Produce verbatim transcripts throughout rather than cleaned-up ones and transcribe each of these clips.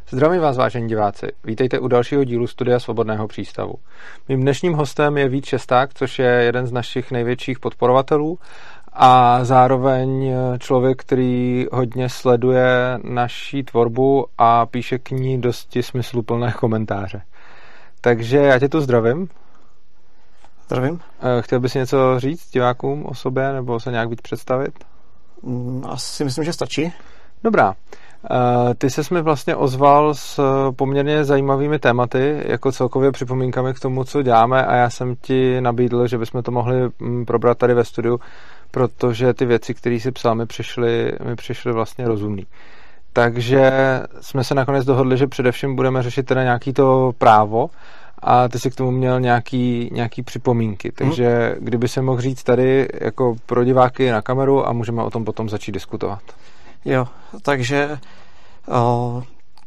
Zdravím vás, vážení diváci. Vítejte u dalšího dílu Studia Svobodného přístavu. Mým dnešním hostem je Vít Šesták, což je jeden z našich největších podporovatelů a zároveň člověk, který hodně sleduje naší tvorbu a píše k ní dosti smysluplné komentáře. Takže já tě tu zdravím. Zdravím. Chtěl bys něco říct divákům o sobě nebo se nějak víc představit? Asi myslím, že stačí. Dobrá. Ty ses mi vlastně ozval s poměrně zajímavými tématy, jako celkově připomínkami k tomu, co děláme, a já jsem ti nabídl, že bychom to mohli probrat tady ve studiu, protože ty věci, které jsi psal, mi přišly, mi přišly vlastně rozumný. Takže jsme se nakonec dohodli, že především budeme řešit teda nějaký to právo a ty jsi k tomu měl nějaký, nějaký připomínky. Takže hmm. kdyby se mohl říct tady jako pro diváky na kameru a můžeme o tom potom začít diskutovat. Jo, takže uh,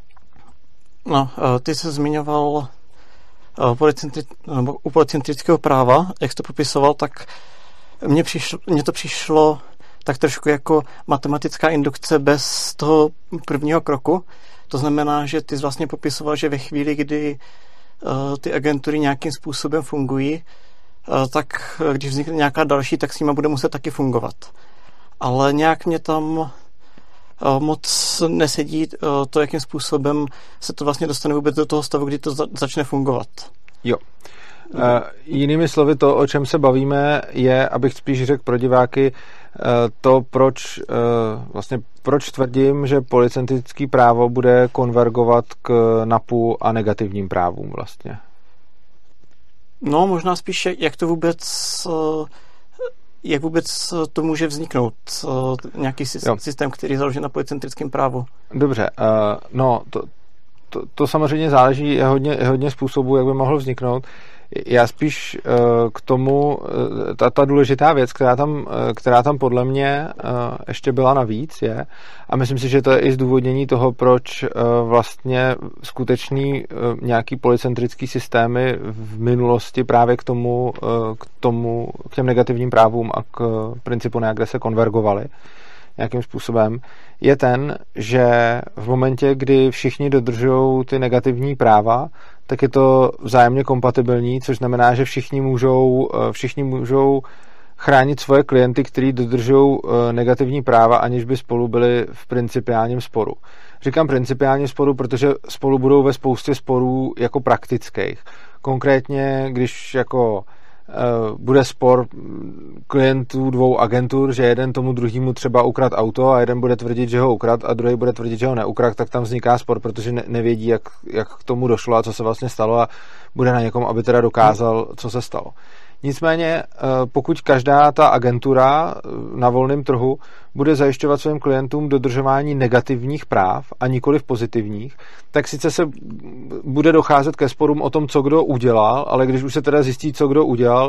no, uh, ty jsi zmiňoval uh, policentri, uh, u policentrického práva, jak jsi to popisoval, tak mně, přišlo, mně to přišlo tak trošku jako matematická indukce bez toho prvního kroku. To znamená, že ty jsi vlastně popisoval, že ve chvíli, kdy uh, ty agentury nějakým způsobem fungují, uh, tak když vznikne nějaká další, tak s nima bude muset taky fungovat. Ale nějak mě tam moc nesedí to, jakým způsobem se to vlastně dostane vůbec do toho stavu, kdy to za- začne fungovat. Jo. Uh, jinými slovy, to, o čem se bavíme, je, abych spíš řekl pro diváky, uh, to, proč uh, vlastně proč tvrdím, že policentrické právo bude konvergovat k NAPu a negativním právům vlastně. No, možná spíš, jak to vůbec uh, jak vůbec to může vzniknout, nějaký systém, který je založen na policentrickém právu? Dobře, uh, no to, to, to samozřejmě záleží, je hodně, je hodně způsobů, jak by mohl vzniknout. Já spíš uh, k tomu, uh, ta, ta důležitá věc, která tam, uh, která tam podle mě uh, ještě byla navíc, je, a myslím si, že to je i zdůvodnění toho, proč uh, vlastně skutečný uh, nějaký policentrický systémy v minulosti právě k tomu, uh, k tomu, k těm negativním právům a k uh, principu neagrese konvergovaly nějakým způsobem, je ten, že v momentě, kdy všichni dodržují ty negativní práva, tak je to vzájemně kompatibilní, což znamená, že všichni můžou, všichni můžou chránit svoje klienty, kteří dodržují negativní práva, aniž by spolu byli v principiálním sporu. Říkám principiálním sporu, protože spolu budou ve spoustě sporů jako praktických. Konkrétně, když jako bude spor klientů dvou agentur, že jeden tomu druhému třeba ukrad auto a jeden bude tvrdit, že ho ukrad a druhý bude tvrdit, že ho neukrad, tak tam vzniká spor, protože ne, nevědí, jak, jak k tomu došlo a co se vlastně stalo a bude na někom, aby teda dokázal, co se stalo. Nicméně, pokud každá ta agentura na volném trhu bude zajišťovat svým klientům dodržování negativních práv a nikoliv pozitivních, tak sice se bude docházet ke sporům o tom, co kdo udělal, ale když už se teda zjistí, co kdo udělal,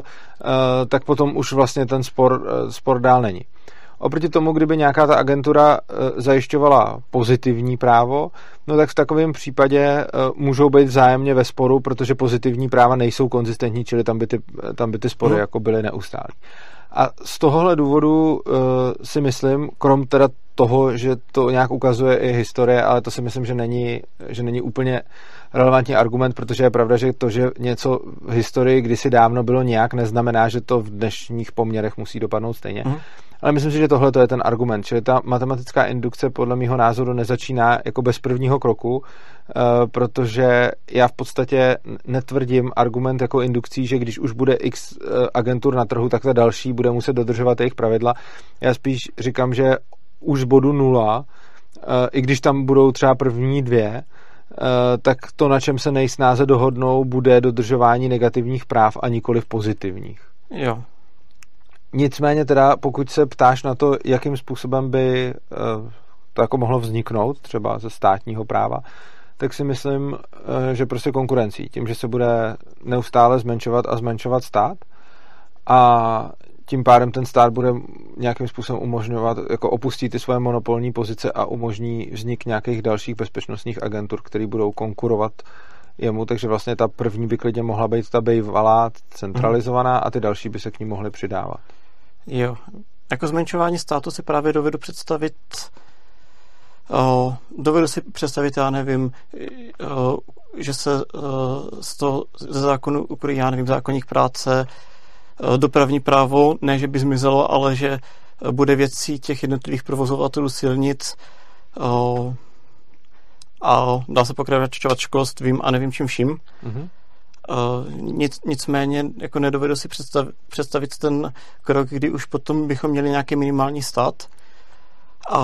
tak potom už vlastně ten spor, spor dál není. Oproti tomu, kdyby nějaká ta agentura zajišťovala pozitivní právo, no tak v takovém případě můžou být vzájemně ve sporu, protože pozitivní práva nejsou konzistentní, čili tam by ty, tam by ty spory mm. jako byly neustálé. A z tohohle důvodu uh, si myslím, krom teda toho, že to nějak ukazuje i historie, ale to si myslím, že není, že není úplně relevantní argument, protože je pravda, že to, že něco v historii kdysi dávno bylo nějak, neznamená, že to v dnešních poměrech musí dopadnout stejně. Mm. Ale myslím si, že tohle to je ten argument, čili ta matematická indukce podle mýho názoru nezačíná jako bez prvního kroku, protože já v podstatě netvrdím argument jako indukcí, že když už bude x agentur na trhu, tak ta další bude muset dodržovat jejich pravidla. Já spíš říkám, že už z bodu nula, i když tam budou třeba první dvě, tak to, na čem se nejsnáze dohodnou, bude dodržování negativních práv a nikoliv pozitivních. Jo. Nicméně teda, pokud se ptáš na to, jakým způsobem by to jako mohlo vzniknout, třeba ze státního práva, tak si myslím, že prostě konkurencí. Tím, že se bude neustále zmenšovat a zmenšovat stát a tím pádem ten stát bude nějakým způsobem umožňovat, jako opustí ty svoje monopolní pozice a umožní vznik nějakých dalších bezpečnostních agentur, které budou konkurovat jemu, takže vlastně ta první by klidně mohla být ta bývalá centralizovaná a ty další by se k ní mohly přidávat. Jo. Jako zmenšování státu si právě dovedu představit O, dovedu si představit, já nevím, o, že se o, z toho ze zákonu ukryjí, já nevím, zákoník práce, o, dopravní právo, ne, že by zmizelo, ale že bude věcí těch jednotlivých provozovatelů silnic o, a dá se pokračovat školstvím a nevím čím vším. Mm-hmm. O, nic, nicméně jako nedovedu si představ, představit ten krok, kdy už potom bychom měli nějaký minimální stát. A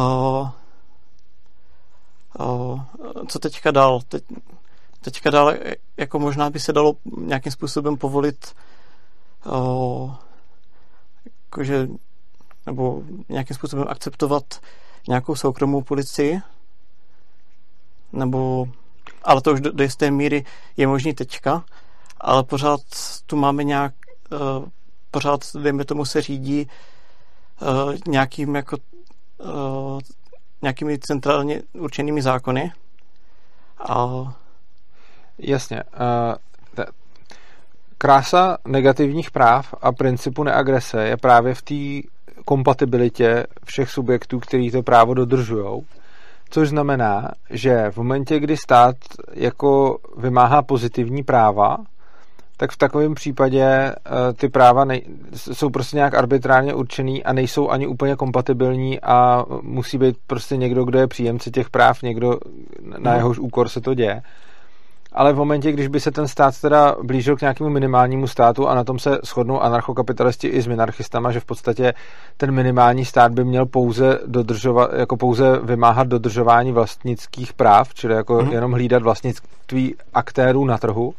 o, co teďka dál? Teď, teďka dál jako možná by se dalo nějakým způsobem povolit o, jakože, nebo nějakým způsobem akceptovat nějakou soukromou policii, nebo, ale to už do, do jisté míry je možný teďka, ale pořád tu máme nějak, uh, pořád, dejme tomu, se řídí uh, nějakým jako uh, nějakými centrálně určenými zákony. A... Jasně. Uh, t- krása negativních práv a principu neagrese je právě v té kompatibilitě všech subjektů, který to právo dodržujou. Což znamená, že v momentě, kdy stát jako vymáhá pozitivní práva, tak v takovém případě uh, ty práva nej- jsou prostě nějak arbitrárně určený a nejsou ani úplně kompatibilní a musí být prostě někdo, kdo je příjemce těch práv, někdo, na jehož úkor se to děje. Ale v momentě, když by se ten stát teda blížil k nějakému minimálnímu státu a na tom se shodnou anarchokapitalisti i s minarchistama, že v podstatě ten minimální stát by měl pouze dodržovat, jako pouze vymáhat dodržování vlastnických práv, čili jako mm. jenom hlídat vlastnictví aktérů na trhu,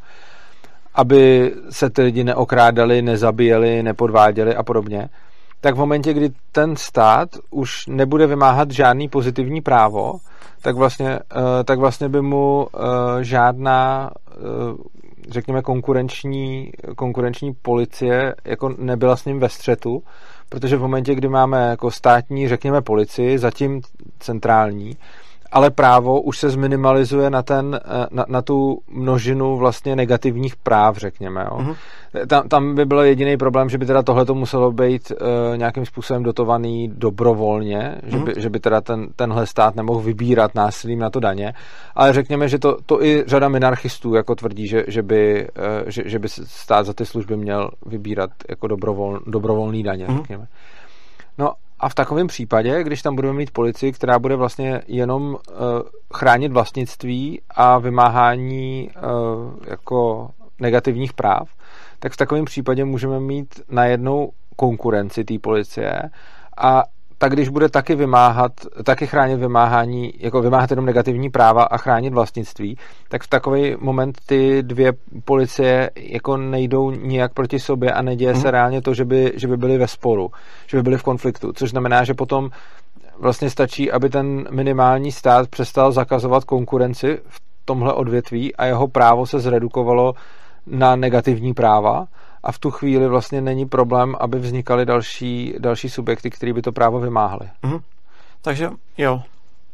aby se ty lidi neokrádali, nezabíjeli, nepodváděli a podobně, tak v momentě, kdy ten stát už nebude vymáhat žádný pozitivní právo, tak vlastně, tak vlastně by mu žádná, řekněme, konkurenční, konkurenční policie jako nebyla s ním ve střetu, protože v momentě, kdy máme jako státní, řekněme, policii, zatím centrální, ale právo už se zminimalizuje na, ten, na, na tu množinu vlastně negativních práv, řekněme. Jo. Mm-hmm. Tam, tam by byl jediný problém, že by teda tohleto muselo být uh, nějakým způsobem dotovaný dobrovolně, mm-hmm. že, by, že by teda ten, tenhle stát nemohl vybírat násilím na to daně, ale řekněme, že to, to i řada minarchistů jako tvrdí, že, že, by, uh, že, že by stát za ty služby měl vybírat jako dobrovol, dobrovolný daně, mm-hmm. řekněme. No a v takovém případě, když tam budeme mít policii, která bude vlastně jenom uh, chránit vlastnictví a vymáhání uh, jako negativních práv, tak v takovém případě můžeme mít najednou konkurenci té policie a tak když bude taky vymáhat, taky chránit vymáhání, jako vymáhat jenom negativní práva a chránit vlastnictví, tak v takový moment ty dvě policie jako nejdou nijak proti sobě a neděje mm. se reálně to, že by, že by byly ve sporu, že by byly v konfliktu, což znamená, že potom vlastně stačí, aby ten minimální stát přestal zakazovat konkurenci v tomhle odvětví a jeho právo se zredukovalo na negativní práva. A v tu chvíli vlastně není problém, aby vznikaly další, další subjekty, které by to právo vymáhaly. Mm-hmm. Takže jo.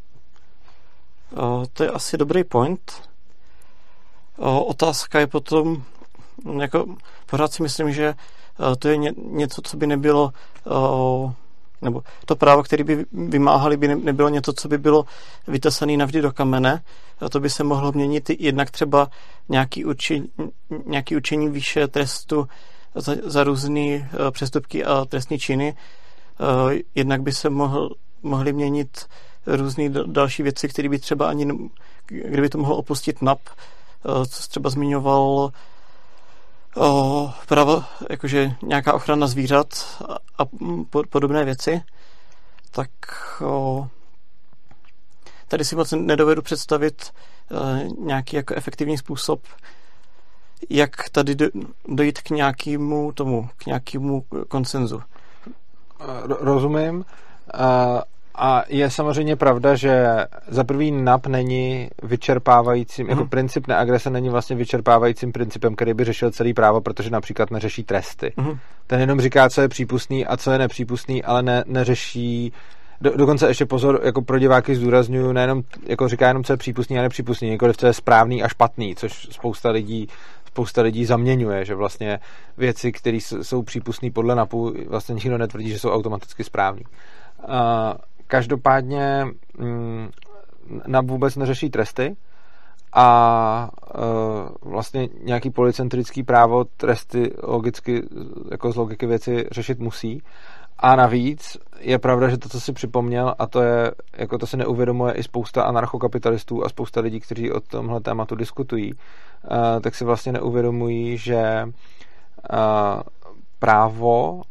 O, to je asi dobrý point. O, otázka je potom, jako pořád si myslím, že o, to je ně, něco, co by nebylo, o, nebo to právo, které by vymáhali, by ne, nebylo něco, co by bylo vytesané navždy do kamene. A to by se mohlo měnit jednak třeba nějaký učení, nějaký učení výše trestu za, za různé uh, přestupky a trestní činy. Uh, jednak by se mohl, mohly měnit různé další věci, které by třeba ani, kdyby to mohlo opustit N A P, uh, co třeba zmiňoval uh, právo, jakože nějaká ochrana zvířat a, a podobné věci, tak uh, tady si moc nedovedu představit uh, nějaký jako efektivní způsob, jak tady do, dojít k nějakému tomu, k nějakému konsenzu. Rozumím. Uh, a je samozřejmě pravda, že za prvý N A P není vyčerpávajícím, mm. jako princip neagrese není vlastně vyčerpávajícím principem, který by řešil celý právo, protože například neřeší tresty. Mm. Ten jenom říká, co je přípustný a co je nepřípustný, ale ne, neřeší. Do, dokonce ještě pozor, jako pro diváky zdůrazňuju, nejenom, jako říká jenom, co je přípustný a nepřípustný, nikoliv co je správný a špatný, což spousta lidí, spousta lidí zaměňuje, že vlastně věci, které jsou přípustné podle N A P u, vlastně nikdo netvrdí, že jsou automaticky správný. Uh, každopádně, mm, N A P vůbec neřeší tresty a uh, vlastně nějaký policentrický právo tresty logicky, jako z logiky věci řešit musí. A navíc je pravda, že to, co si připomněl, a to je, jako to se neuvědomuje i spousta anarchokapitalistů a spousta lidí, kteří o tomhle tématu diskutují, uh, tak si vlastně neuvědomují, že uh, právo uh,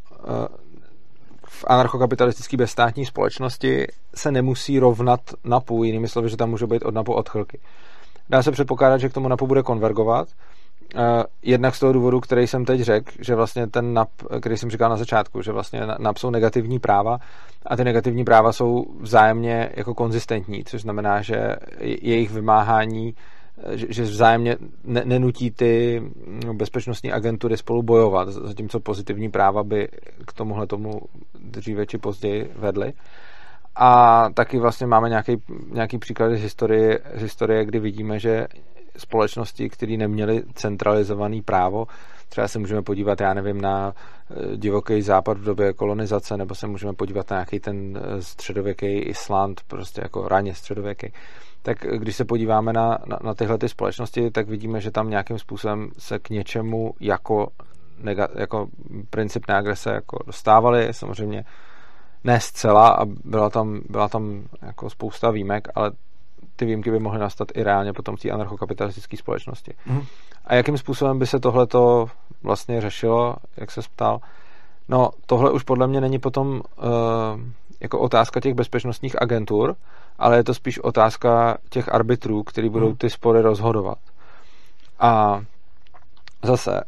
v anarchokapitalistické bezstátní společnosti se nemusí rovnat N A P u, jinými slovy, že tam může být od N A P u odchylky. Dá se předpokládat, že k tomu N A P u bude konvergovat, uh, jednak z toho důvodu, který jsem teď řekl, že vlastně ten N A P, který jsem říkal na začátku, že vlastně N A P jsou negativní práva a ty negativní práva jsou vzájemně jako konzistentní, což znamená, že jejich vymáhání, že vzájemně nenutí ty bezpečnostní agentury spolu bojovat, zatímco pozitivní práva by k tomuhle tomu dříve či později vedly. A taky vlastně máme nějaký, nějaký příklady z historie, z historie, kdy vidíme, že společnosti, které neměly centralizované právo, třeba se můžeme podívat, já nevím, na divoký západ v době kolonizace, nebo se můžeme podívat na nějaký ten středověký Island, prostě jako raně středověký. Tak když se podíváme na, na, na tyhle ty společnosti, tak vidíme, že tam nějakým způsobem se k něčemu jako, nega, jako princip neagrese jako dostávali, samozřejmě ne zcela a byla tam, byla tam jako spousta výjimek, ale ty výjimky by mohly nastat i reálně potom v té anarchokapitalistické společnosti. Mm. A jakým způsobem by se tohleto vlastně řešilo, jak se ptal? No, tohle už podle mě není potom uh, jako otázka těch bezpečnostních agentur, ale je to spíš otázka těch arbitrů, kteří budou ty spory rozhodovat. A zase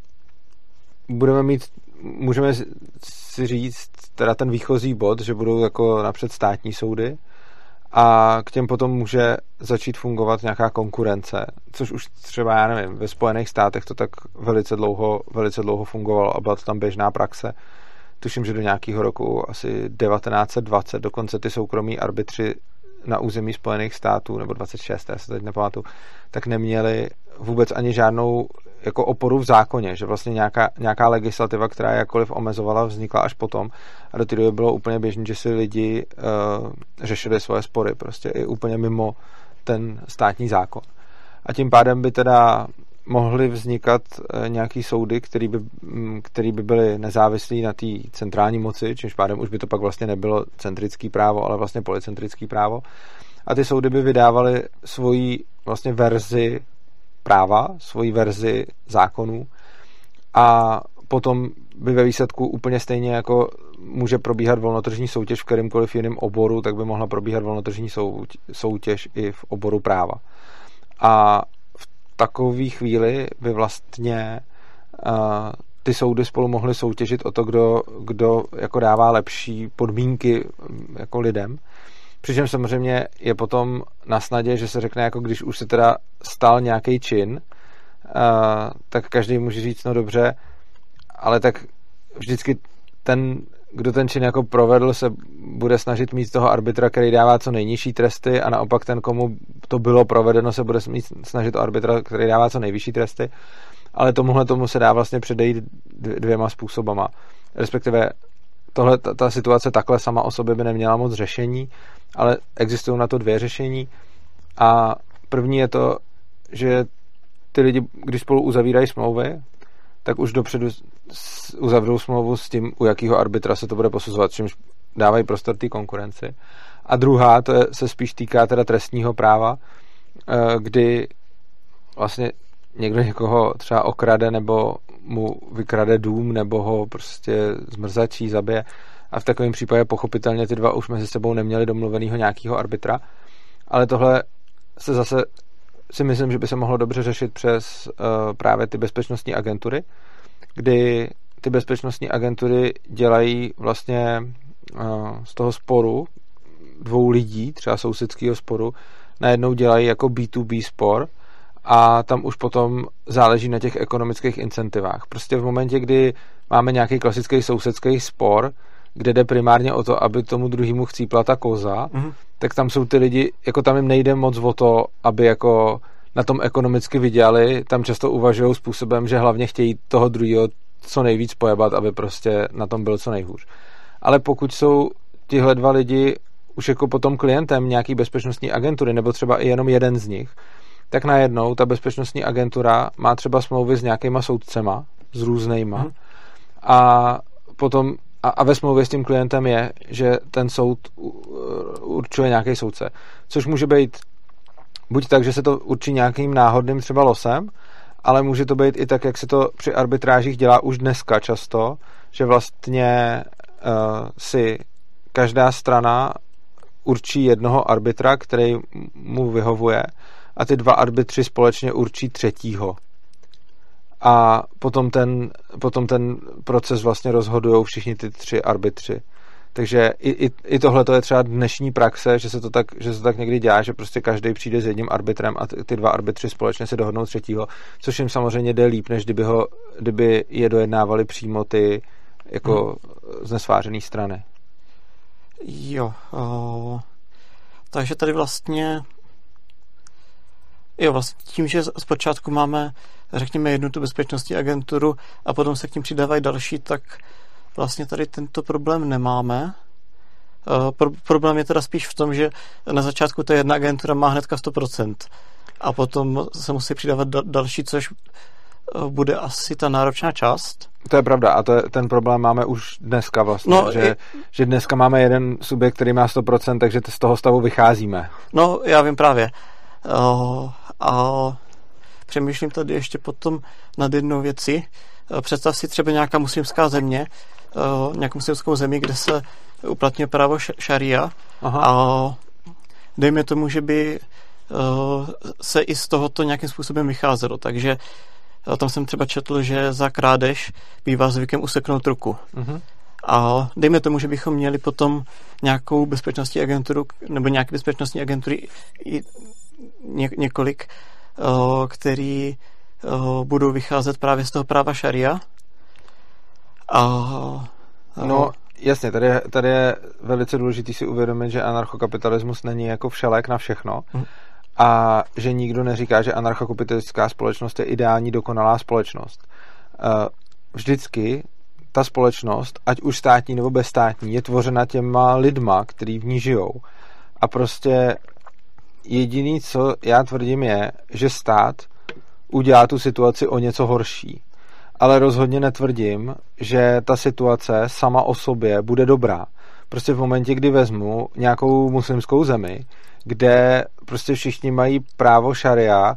budeme mít, můžeme si říct teda ten výchozí bod, že budou jako napřed státní soudy a k těm potom může začít fungovat nějaká konkurence, což už třeba, já nevím, ve Spojených státech to tak velice dlouho, velice dlouho fungovalo a byla to tam běžná praxe. Tuším, že do nějakého roku asi devatenáct set dvacet dokonce ty soukromí arbitři na území Spojených států, nebo dvacet šest, já se teď nepamatuju, tak neměli vůbec ani žádnou jako oporu v zákoně, že vlastně nějaká, nějaká legislativa, která jakkoliv omezovala, vznikla až potom a do té doby bylo úplně běžné, že si lidi uh, řešili svoje spory, prostě i úplně mimo ten státní zákon. A tím pádem by teda mohly vznikat uh, nějaký soudy, který by, um, který by byly nezávislí na té centrální moci, čímž pádem už by to pak vlastně nebylo centrický právo, ale vlastně policentrický právo. A ty soudy by vydávaly svoji vlastně verzi práva, svoji verzi zákonů a potom by ve výsledku úplně stejně jako může probíhat volnotržní soutěž v kterémkoliv jiném oboru, tak by mohla probíhat volnotržní soutěž i v oboru práva. A v takové chvíli by vlastně uh, ty soudy spolu mohly soutěžit o to, kdo, kdo jako dává lepší podmínky jako lidem. Přičemž samozřejmě je potom na snadě, že se řekne, jako když už se teda stal nějaký čin, uh, tak každý může říct, no dobře, ale tak vždycky ten, kdo ten čin jako provedl, se bude snažit mít toho arbitra, který dává co nejnižší tresty a naopak ten, komu to bylo provedeno, se bude mít snažit o arbitra, který dává co nejvyšší tresty. Ale tomuhle tomu se dá vlastně předejít dvěma způsobama. Respektive tohle, ta, ta situace takhle sama o sobě by neměla moc řešení, ale existují na to dvě řešení a první je to, že ty lidi, když spolu uzavírají smlouvy, tak už dopředu uzavřou smlouvu s tím, u jakého arbitra se to bude posuzovat, čímž dávají prostor té konkurenci. A druhá, to je, se spíš týká teda trestního práva, kdy vlastně někdo někoho třeba okrade nebo mu vykrade dům nebo ho prostě zmrzačí, zabije a v takovém případě pochopitelně ty dva už mezi sebou neměli domluvenýho nějakého arbitra, ale tohle se zase si myslím, že by se mohlo dobře řešit přes uh, právě ty bezpečnostní agentury, kdy ty bezpečnostní agentury dělají vlastně uh, z toho sporu dvou lidí, třeba sousedského sporu, najednou dělají jako bé dvě bé spor a tam už potom záleží na těch ekonomických incentivách. Prostě v momentě, kdy máme nějaký klasický sousedský spor, kde jde primárně o to, aby tomu druhému chcípla ta koza, mm-hmm. tak tam jsou ty lidi, jako tam jim nejde moc o to, aby jako na tom ekonomicky vydělali, tam často uvažují způsobem, že hlavně chtějí toho druhého co nejvíc pojebat, aby prostě na tom byl co nejhůř. Ale pokud jsou tihle dva lidi už jako potom klientem nějaký bezpečnostní agentury, nebo třeba i jenom jeden z nich, tak najednou ta bezpečnostní agentura má třeba smlouvy s nějakýma soudcema, s různýma, hmm. a potom a, a ve smlouvě s tím klientem je, že ten soud určuje nějaký soudce. Což může být buď tak, že se to určí nějakým náhodným třeba losem, ale může to být i tak, jak se to při arbitrážích dělá už dneska často, že vlastně uh, si každá strana určí jednoho arbitra, který mu vyhovuje, a ty dva arbitři společně určí třetího. A potom ten, potom ten proces vlastně rozhodují všichni ty tři arbitři. Takže i, i, i tohle to je třeba dnešní praxe, že se to tak, že se to tak někdy dělá, že prostě každý přijde s jedním arbitrem a ty, ty dva arbitři společně se dohodnou třetího, což jim samozřejmě jde líp, než kdyby, ho, kdyby je dojednávali přímo ty jako hmm. znesvářený strany. Jo, o, takže tady vlastně jo, vlastně tím, že zpočátku máme, řekněme, jednu tu bezpečnostní agenturu a potom se k tím přidávají další, tak vlastně tady tento problém nemáme. Pro, problém je teda spíš v tom, že na začátku ta jedna agentura má hnedka sto procent a potom se musí přidávat da, další, což bude asi ta náročná část. To je pravda a to je, ten problém máme už dneska vlastně, no, že, i, že dneska máme jeden subjekt, který má sto procent, takže z toho stavu vycházíme. No, já vím právě. Uh, a přemýšlím tady ještě potom nad jednou věcí. Představ si třeba nějaká muslimská země, uh, nějakou muslimskou zemi, kde se uplatňuje právo šaria. Aha. A dejme tomu, že by uh, se i z tohoto nějakým způsobem vycházelo. Takže uh, tam jsem třeba četl, že za krádež bývá zvykem useknout ruku. Uh-huh. A dejme tomu, že bychom měli potom nějakou bezpečnostní agenturu nebo nějaké bezpečnostní agentury i ně, několik, uh, který uh, budou vycházet právě z toho práva šaria. A, uh, no, jasně, tady je, tady je velice důležitý si uvědomit, že anarchokapitalismus není jako všelék na všechno hmm. a že nikdo neříká, že anarchokapitalistická společnost je ideální, dokonalá společnost. Uh, vždycky ta společnost, ať už státní nebo bezstátní, je tvořena těma lidma, který v ní žijou. A prostě jediný, co já tvrdím, je, že stát udělá tu situaci o něco horší. Ale rozhodně netvrdím, že ta situace sama o sobě bude dobrá. Prostě v momentě, kdy vezmu nějakou muslimskou zemi, kde prostě všichni mají právo šaria,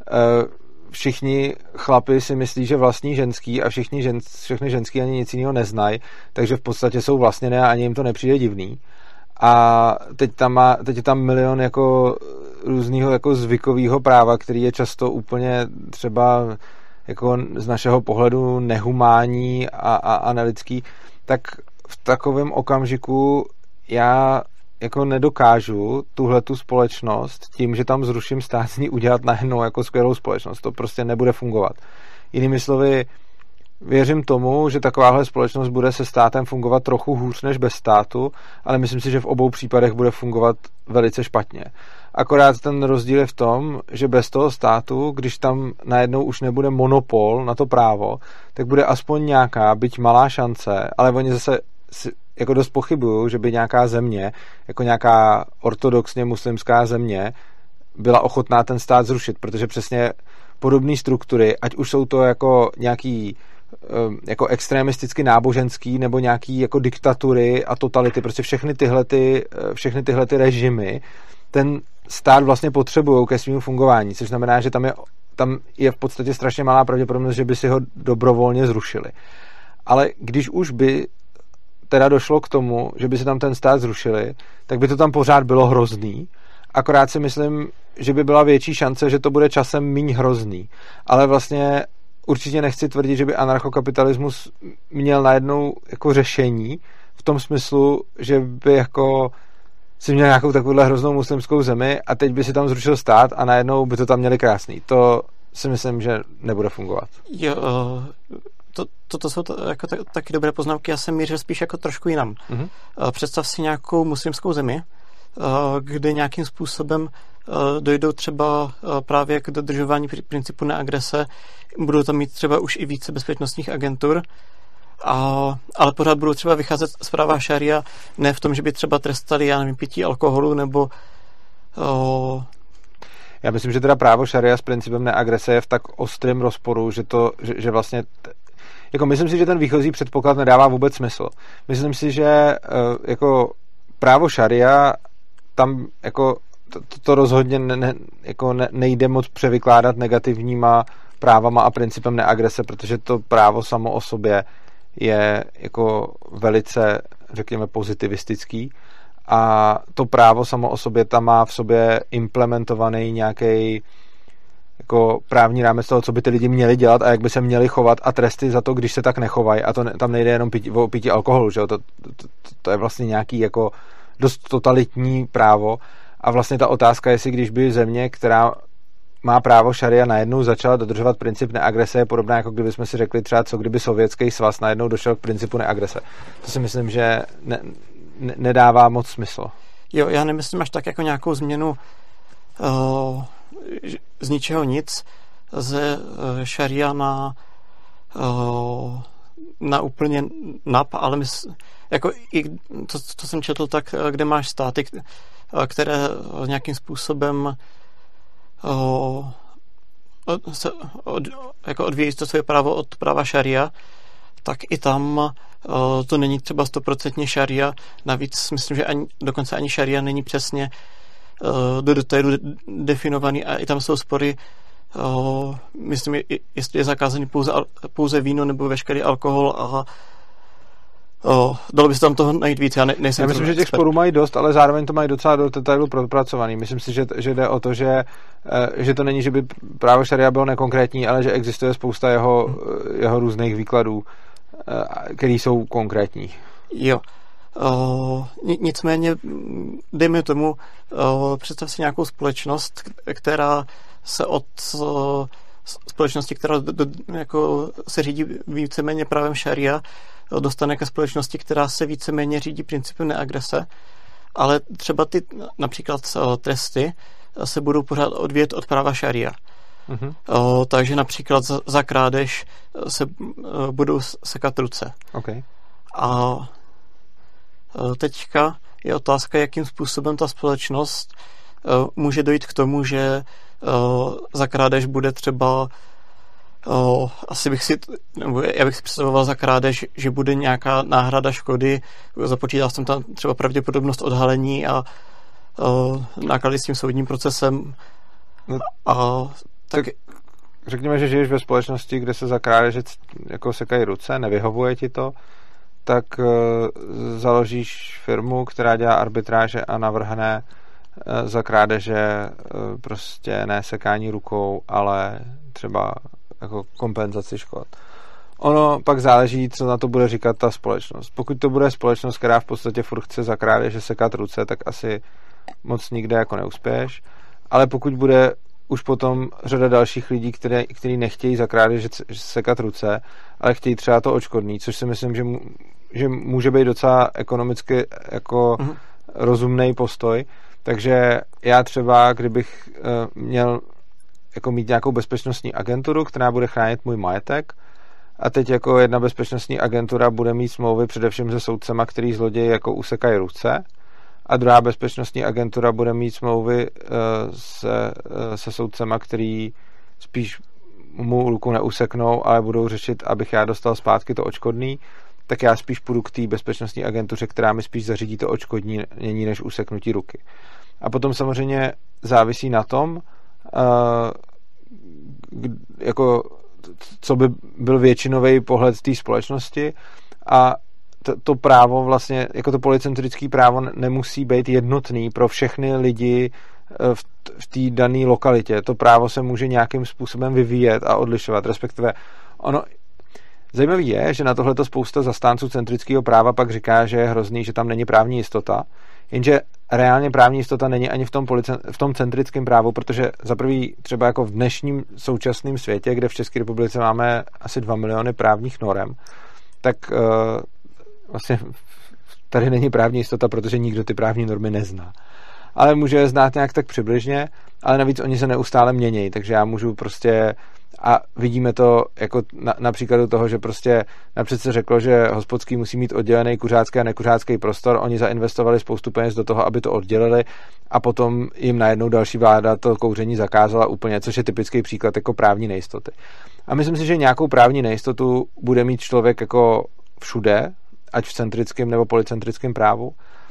všichni chlapi si myslí, že vlastní ženský a všichni žen, všechny ženský ani nic jiného neznají, takže v podstatě jsou vlastněné a ani jim to nepřijde divný. A teď tam, má, teď je tam milion jako různýho jako zvykového práva, který je často úplně třeba jako z našeho pohledu nehumánní a, a, a nelidský, tak v takovém okamžiku já jako nedokážu tuhletu společnost tím, že tam zruším stát, z ní udělat najednou jako skvělou společnost. To prostě nebude fungovat. Jinými slovy, věřím tomu, že takováhle společnost bude se státem fungovat trochu hůř než bez státu, ale myslím si, že v obou případech bude fungovat velice špatně. Akorát ten rozdíl je v tom, že bez toho státu, když tam najednou už nebude monopol na to právo, tak bude aspoň nějaká, byť malá šance, ale oni zase jako dost pochybuju, že by nějaká země, jako nějaká ortodoxně muslimská země, byla ochotná ten stát zrušit, protože přesně podobné struktury, ať už jsou to jako nějaký jako extremisticky náboženský nebo nějaký jako diktatury a totality, prostě všechny tyhle, ty, všechny tyhle ty režimy ten stát vlastně potřebují ke svému fungování, což znamená, že tam je, tam je v podstatě strašně malá pravděpodobnost, že by si ho dobrovolně zrušili. Ale když už by teda došlo k tomu, že by se tam ten stát zrušili, tak by to tam pořád bylo hrozný. Akorát si myslím, že by byla větší šance, že to bude časem míň hrozný. Ale vlastně určitě nechci tvrdit, že by anarchokapitalismus měl najednou jako řešení v tom smyslu, že by jako si měl nějakou takovouhle hroznou muslimskou zemi a teď by si tam zrušil stát a najednou by to tam měli krásný. To si myslím, že nebude fungovat. Jo, to, to, to jsou to, jako t- taky dobré poznámky. Já jsem mířil spíš jako trošku jinam. Mm-hmm. Představ si nějakou muslimskou zemi, kde nějakým způsobem dojdou třeba právě k dodržování principu neagrese, budou tam mít třeba už i více bezpečnostních agentur A, ale pořád budou třeba vycházet z práva šaria, ne v tom, že by třeba trestali, já nevím, pití alkoholu, nebo o... Já myslím, že teda právo šaria s principem neagrese je v tak ostrém rozporu, že to, že, že vlastně t... jako myslím si, že ten výchozí předpoklad nedává vůbec smysl. Myslím si, že jako právo šaria tam jako to, to rozhodně ne, ne, jako ne, nejde moc převykládat negativníma právama a principem neagrese, protože to právo samo o sobě je jako velice, řekněme, pozitivistický a to právo samo o sobě tam má v sobě implementovaný nějaký jako právní rámec toho, co by ty lidi měli dělat a jak by se měli chovat a tresty za to, když se tak nechovají. A to ne, tam nejde jenom pití, o pití alkoholu, že jo? To, to, to, to je vlastně nějaký jako dost totalitní právo a vlastně ta otázka, jestli když by země, která má právo šaria, najednou začala dodržovat princip neagrese, je podobná, jako kdyby jsme si řekli třeba, co kdyby Sovětský svaz najednou došel k principu neagrese. To si myslím, že ne, ne, nedává moc smysl. Jo, já nemyslím až tak jako nějakou změnu uh, z ničeho nic, ze uh, šaria na uh, na úplně nap, ale mysl, jako i to, co jsem četl, tak kde máš státy, které nějakým způsobem o, se od, jako odvíjí to své právo od práva šaria, tak i tam o, to není třeba stoprocentně šaria. Navíc myslím, že ani, dokonce ani šaria není přesně o, do detailu definovaný a i tam jsou spory. O, myslím, jestli je zakázaný pouze, pouze víno nebo veškerý alkohol a o, dalo by se tam toho najít víc. Já, ne, nejsem Já myslím, že těch sporů mají dost, ale zároveň to mají docela do detailu propracovaný. Myslím si, že, že jde o to, že, že to není, že by právo šaria bylo nekonkrétní, ale že existuje spousta jeho, hmm. jeho různých výkladů, které jsou konkrétní. Jo. O, nicméně, dejme tomu, o, představ si nějakou společnost, která se od o, společnosti, která do, do, jako se řídí víceméně právem šaria, dostane ke společnosti, která se víceméně řídí principem neagrese, ale třeba ty například o, tresty se budou pořád odvíjet od práva šaria. Mm-hmm. O, takže například za, za krádež se o, budou sekat ruce. Okay. A teďka je otázka, jakým způsobem ta společnost uh, může dojít k tomu, že uh, za krádež bude třeba uh, asi bych si, nebo já bych si představoval za krádež, že bude nějaká náhrada škody, započítal jsem tam třeba pravděpodobnost odhalení a uh, náklady s tím soudním procesem. No, a tak, tak řekněme, že žiješ ve společnosti, kde se za krádeže jako sekají ruce, nevyhovuje ti to, tak uh, založíš firmu, která dělá arbitráže a navrhne uh, za krádeže uh, prostě ne sekání rukou, ale třeba jako kompenzaci škod. Ono pak záleží, co na to bude říkat ta společnost. Pokud to bude společnost, která v podstatě furt chce za krádeže sekat ruce, tak asi moc nikde jako neuspěješ. Ale pokud bude už potom řada dalších lidí, které, který nechtějí za krádeže sekat ruce, ale chtějí třeba to odškodný, což si myslím, že, mu, že může být docela ekonomicky jako mm-hmm. rozumný postoj. Takže já třeba, kdybych uh, měl jako mít nějakou bezpečnostní agenturu, která bude chránit můj majetek, a teď jako jedna bezpečnostní agentura bude mít smlouvy především se soudcema, který zloději jako usekají ruce, a druhá bezpečnostní agentura bude mít smlouvy uh, se, uh, se soudcema, který spíš mu ruku neuseknou, ale budou řešit, abych já dostal zpátky to odškodný, tak já spíš půjdu k té bezpečnostní agentuře, která mi spíš zařídí to odškodnění než useknutí ruky. A potom samozřejmě závisí na tom, uh, jako, co by byl většinový pohled té společnosti, a to, to právo vlastně, jako to policentrické právo nemusí být jednotný pro všechny lidi v, v té dané lokalitě. To právo se může nějakým způsobem vyvíjet a odlišovat, respektive ono zajímavý je, že na tohleto spousta zastánců centrického práva pak říká, že je hrozný, že tam není právní jistota, jenže reálně právní jistota není ani v tom, policen, v tom centrickém právu, protože za prvý třeba jako v dnešním současném světě, kde v České republice máme asi dva miliony právních norem, tak uh, vlastně tady není právní jistota, protože nikdo ty právní normy nezná. Ale může je znát nějak tak přibližně, ale navíc oni se neustále mění, takže já můžu prostě A vidíme to jako na, na příkladu toho, že prostě napřed se řeklo, že hospodský musí mít oddělený kuřácký a nekuřácký prostor. Oni zainvestovali spoustu peněz do toho, aby to oddělili, a potom jim najednou další vláda to kouření zakázala úplně, což je typický příklad jako právní nejistoty. A myslím si, že nějakou právní nejistotu bude mít člověk jako všude, ať v centrickém nebo policentrickém právu.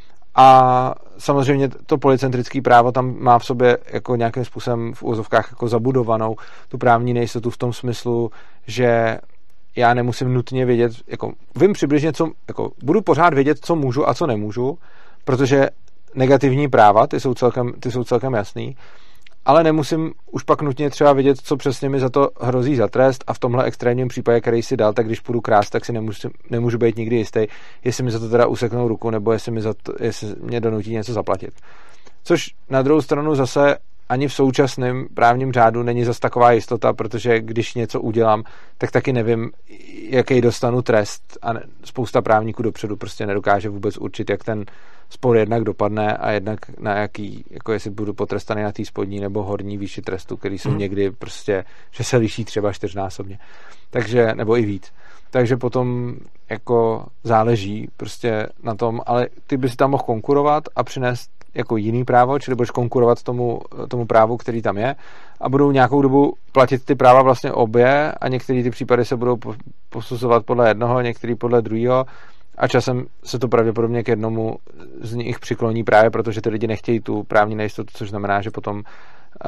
A samozřejmě to policentrické právo tam má v sobě jako nějakým způsobem v úvozovkách jako zabudovanou tu právní nejistotu v tom smyslu, že já nemusím nutně vědět, jako vím přibližně, co, jako budu pořád vědět, co můžu a co nemůžu, protože negativní práva, ty jsou celkem, ty jsou celkem jasný, ale nemusím už pak nutně třeba vědět, co přesně mi za to hrozí za trest, a v tomhle extrémním případě, který si dal, tak když půjdu krást, tak si nemůžu, nemůžu být nikdy jistý, jestli mi za to teda useknou ruku, nebo jestli, mi za to, jestli mě donutí něco zaplatit. Což na druhou stranu zase ani v současném právním řádu není zas taková jistota, protože když něco udělám, tak taky nevím, jaký dostanu trest, a spousta právníků dopředu prostě nedokáže vůbec určit, jak ten spor jednak dopadne a jednak na jaký, jako jestli budu potrestaný na té spodní nebo horní výši trestu, který jsou hmm. někdy prostě, že se liší třeba čtyřnásobně. Takže, nebo i víc. Takže potom jako záleží prostě na tom, ale ty by si tam mohl konkurovat a přinést jako jiný právo, čili budeš konkurovat tomu, tomu právu, který tam je, a budou nějakou dobu platit ty práva vlastně obě, a některé ty případy se budou posuzovat podle jednoho, některý podle druhého, a časem se to pravděpodobně k jednomu z nich přikloní právě, protože ty lidi nechtějí tu právní nejistotu, což znamená, že potom uh,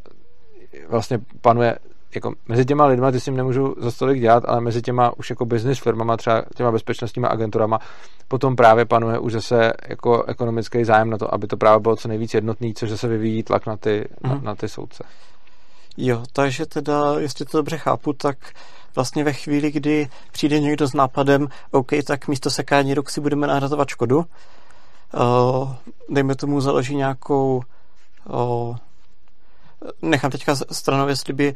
vlastně panuje jako mezi těma lidma, ty s tím nemůžu za stolik dělat, ale mezi těma už jako business firmama, třeba těma bezpečnostníma agenturama, potom právě panuje už zase jako ekonomický zájem na to, aby to právo bylo co nejvíc jednotný, což zase vyvíjí tlak na ty, mm. na, na ty soudce. Jo, takže teda, jestli to dobře chápu, tak vlastně ve chvíli, kdy přijde někdo s nápadem, OK, tak místo sekání ruk si budeme nahrazovat škodu, uh, dejme tomu založí nějakou uh, nechám teďka stranou, jestli by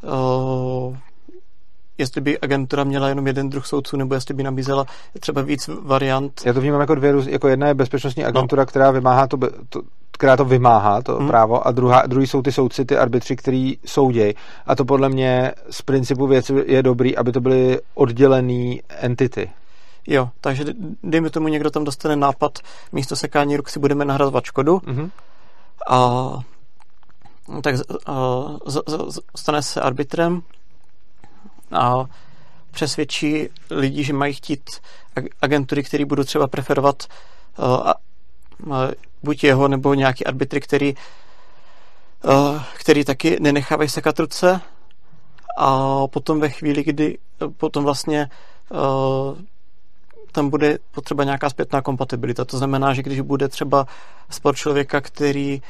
uh, jestli by agentura měla jenom jeden druh soudců, nebo jestli by nabízela třeba víc variant. Já to vnímám jako dvě různé, jako jedna je bezpečnostní agentura, no. která vymáhá to, to která to vymáhá, to hmm. právo, a druhá, druhý jsou ty soudci, ty arbitři, který soudějí. A to podle mě z principu věci je dobrý, aby to byly oddělený entity. Jo, takže dejme tomu, někdo tam dostane nápad, místo sekání ruk si budeme nahrazovat škodu, mm-hmm. a tak a, z, z, stane se arbitrem a přesvědčí lidi, že mají chtít agentury, které budou třeba preferovat a, a, buď jeho, nebo nějaký arbitry, který, a, který taky nenechávají sekat ruce, a potom ve chvíli, kdy potom vlastně a, tam bude potřeba nějaká zpětná kompatibilita. To znamená, že když bude třeba spor člověka, který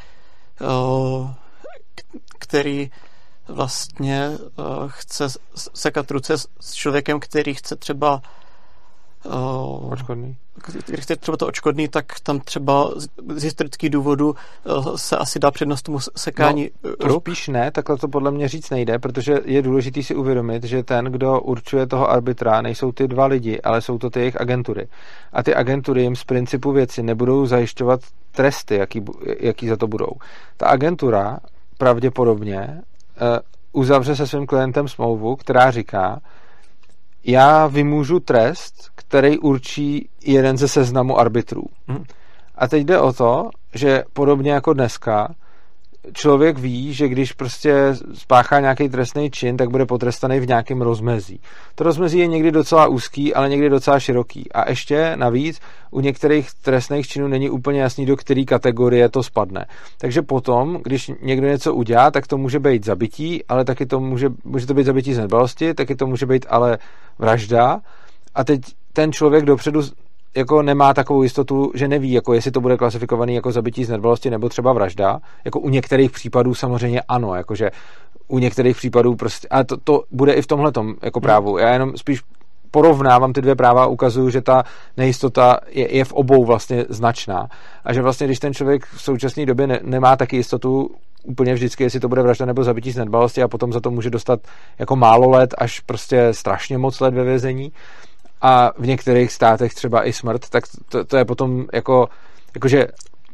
který vlastně chce sekat ruce s člověkem, který chce třeba odškodný. Který chce třeba to odškodný, tak tam třeba z historických důvodů se asi dá přednost tomu sekání no, to ruk. Spíš ne, takhle to podle mě říct nejde, protože je důležitý si uvědomit, že ten, kdo určuje toho arbitra, nejsou ty dva lidi, ale jsou to ty jejich agentury. A ty agentury jim z principu věci nebudou zajišťovat tresty, jaký, jaký za to budou. Ta agentura pravděpodobně uh, uzavře se svým klientem smlouvu, která říká, já vymůžu trest, který určí jeden ze seznamu arbitrů. Hmm. A teď jde o to, že podobně jako dneska, člověk ví, že když prostě spáchá nějaký trestný čin, tak bude potrestaný v nějakém rozmezí. To rozmezí je někdy docela úzký, ale někdy docela široký. A ještě navíc u některých trestných činů není úplně jasný, do které kategorie to spadne. Takže potom, když někdo něco udělá, tak to může být zabití, ale taky to může, může to být zabití z nedbalosti, taky to může být ale vražda. A teď ten člověk dopředu jako nemá takovou jistotu, že neví, jako jestli to bude klasifikovaný jako zabití z nedbalosti nebo třeba vražda. Jako u některých případů samozřejmě ano, jakože u některých případů prostě, a to, to bude i v tomhletom jako právu. Já jenom spíš porovnávám ty dvě práva a ukazuju, že ta nejistota je, je v obou vlastně značná. A že vlastně, když ten člověk v současné době ne, nemá taky jistotu úplně vždycky, jestli to bude vražda nebo zabití z nedbalosti, a potom za to může dostat jako málo let až prostě strašně moc let ve vězení, a v některých státech třeba i smrt, tak to, to je potom jako, jakože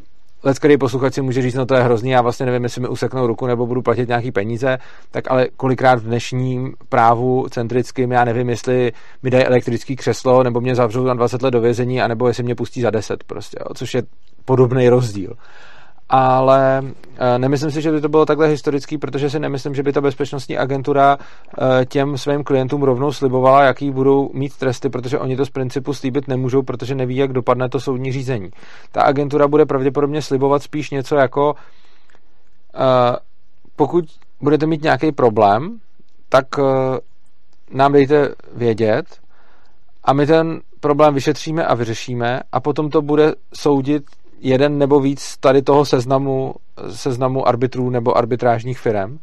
leckterý posluchač si může říct, no to je hrozný, já vlastně nevím, jestli mi useknou ruku nebo budu platit nějaký peníze, tak ale kolikrát v dnešním právu centrickým, já nevím, jestli mi dají elektrický křeslo, nebo mě zavřou na dvacet let do vězení, anebo jestli mě pustí za deset prostě, jo, což je podobný rozdíl. Ale nemyslím si, že by to bylo takhle historický, protože si nemyslím, že by ta bezpečnostní agentura těm svým klientům rovnou slibovala, jaký budou mít tresty, protože oni to z principu slíbit nemůžou, protože neví, jak dopadne to soudní řízení. Ta agentura bude pravděpodobně slibovat spíš něco jako pokud budete mít nějaký problém, tak nám dejte vědět a my ten problém vyšetříme a vyřešíme a potom to bude soudit jeden nebo víc tady toho seznamu, seznamu arbitrů nebo arbitrážních firem.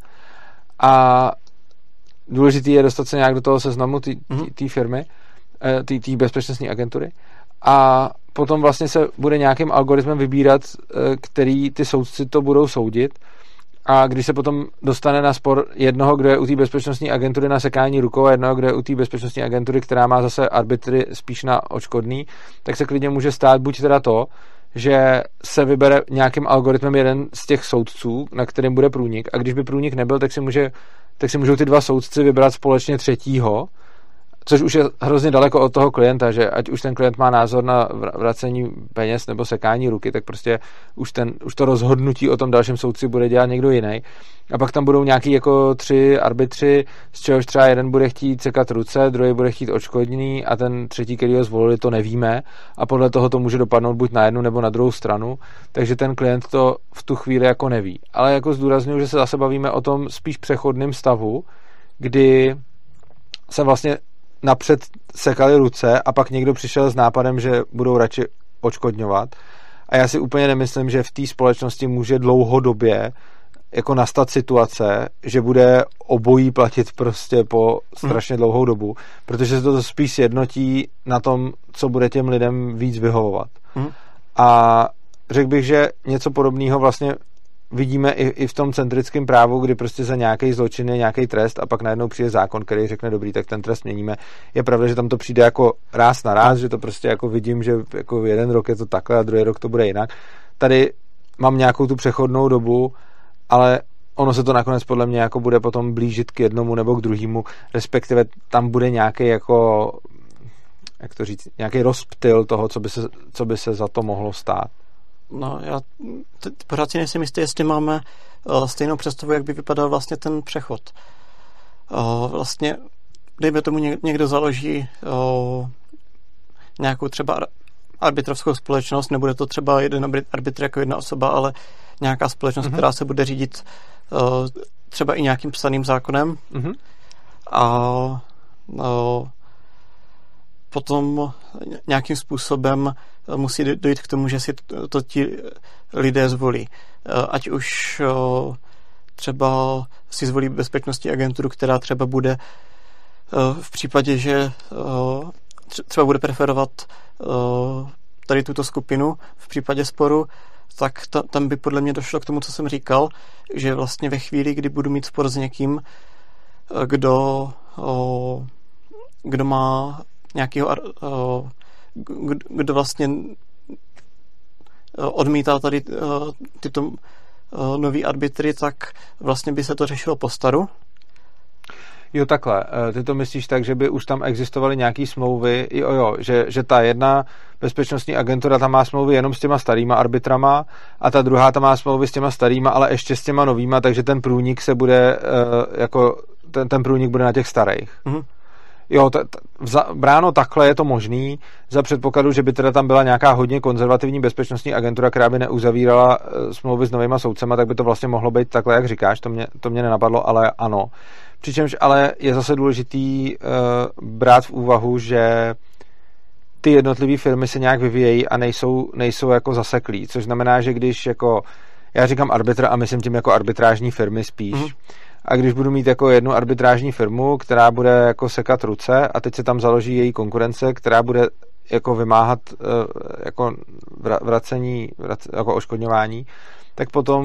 A důležitý je dostat se nějak do toho seznamu té firmy, té bezpečnostní agentury. A potom vlastně se bude nějakým algoritmem vybírat, který ty soudci to budou soudit. A když se potom dostane na spor jednoho, kdo je u té bezpečnostní agentury na sekání rukou a jednoho, kdo je u té bezpečnostní agentury, která má zase arbitry spíš na odškodný, tak se klidně může stát buď teda to, že se vybere nějakým algoritmem jeden z těch soudců, na kterém bude průnik, a když by průnik nebyl, tak si, může, tak si můžou ty dva soudci vybrat společně třetího, což už je hrozně daleko od toho klienta, že ať už ten klient má názor na vracení peněz nebo sekání ruky, tak prostě už, ten, už to rozhodnutí o tom dalším soudci bude dělat někdo jiný. A pak tam budou nějaký jako tři arbitři, z čehož třeba jeden bude chtít sekat ruce, druhý bude chtít odškodněný a ten třetí, který ho zvolili, to nevíme a podle toho to může dopadnout buď na jednu nebo na druhou stranu, takže ten klient to v tu chvíli jako neví. Ale jako zdůrazňuji, že se zase bavíme o tom spíš přechodném stavu, kdy se vlastně napřed sekali ruce a pak někdo přišel s nápadem, že budou radši odškodňovat. A já si úplně nemyslím, že v té společnosti může dlouhodobě jako nastat situace, že bude obojí platit prostě po strašně dlouhou dobu, protože se to spíš sjednotí na tom, co bude těm lidem víc vyhovovat. Mm. A řekl bych, že něco podobného vlastně vidíme i, i v tom centrickém právu, kdy prostě za nějaký zločin je nějaký trest a pak najednou přijde zákon, který řekne dobrý, tak ten trest měníme. Je pravda, že tam to přijde jako ráz na ráz, že to prostě jako vidím, že jako jeden rok je to takhle a druhý rok to bude jinak. Tady mám nějakou tu přechodnou dobu, ale ono se to nakonec podle mě jako bude potom blížit k jednomu nebo k druhému, respektive tam bude nějaký jako, jak to říct, nějaký rozptyl toho, co by se, co by se za to mohlo stát. No, já pořád si nejsem jistý, jestli máme uh, stejnou představu, jak by vypadal vlastně ten přechod. Uh, vlastně, dejme tomu, někdo založí uh, nějakou třeba arbitrovskou společnost, nebude to třeba jeden arbitr jako jedna osoba, ale nějaká společnost, mm-hmm. která se bude řídit uh, třeba i nějakým psaným zákonem. Mm-hmm. A uh, potom nějakým způsobem musí dojít k tomu, že si to, to ti lidé zvolí. Ať už třeba si zvolí bezpečnostní agenturu, která třeba bude v případě, že třeba bude preferovat tady tuto skupinu v případě sporu, tak ta, tam by podle mě došlo k tomu, co jsem říkal, že vlastně ve chvíli, kdy budu mít spor s někým, kdo, kdo má nějakého, kdo vlastně odmítá tady tyto nový arbitry, tak vlastně by se to řešilo po staru. Jo, takhle. Ty to myslíš tak, že by už tam existovaly nějaký smlouvy, jo, jo, že, že ta jedna bezpečnostní agentura tam má smlouvy jenom s těma starýma arbitrama a ta druhá tam má smlouvy s těma starýma, ale ještě s těma novýma, takže ten průnik se bude jako, ten, ten průnik bude na těch starých. Mm-hmm. Jo, t- t- vza- bráno takhle je to možný, za předpokladu, že by teda tam byla nějaká hodně konzervativní bezpečnostní agentura, která by neuzavírala e, smlouvy s novýma soudcema, tak by to vlastně mohlo být takhle, jak říkáš, to mě, to mě nenapadlo, ale ano. Přičemž ale je zase důležitý e, brát v úvahu, že ty jednotlivé firmy se nějak vyvíjejí a nejsou, nejsou jako zaseklí, což znamená, že když jako, já říkám arbitr a myslím tím jako arbitrážní firmy spíš, mm-hmm. A když budu mít jako jednu arbitrážní firmu, která bude jako sekat ruce a teď se tam založí její konkurence, která bude jako vymáhat jako vracení, jako odškodňování, tak potom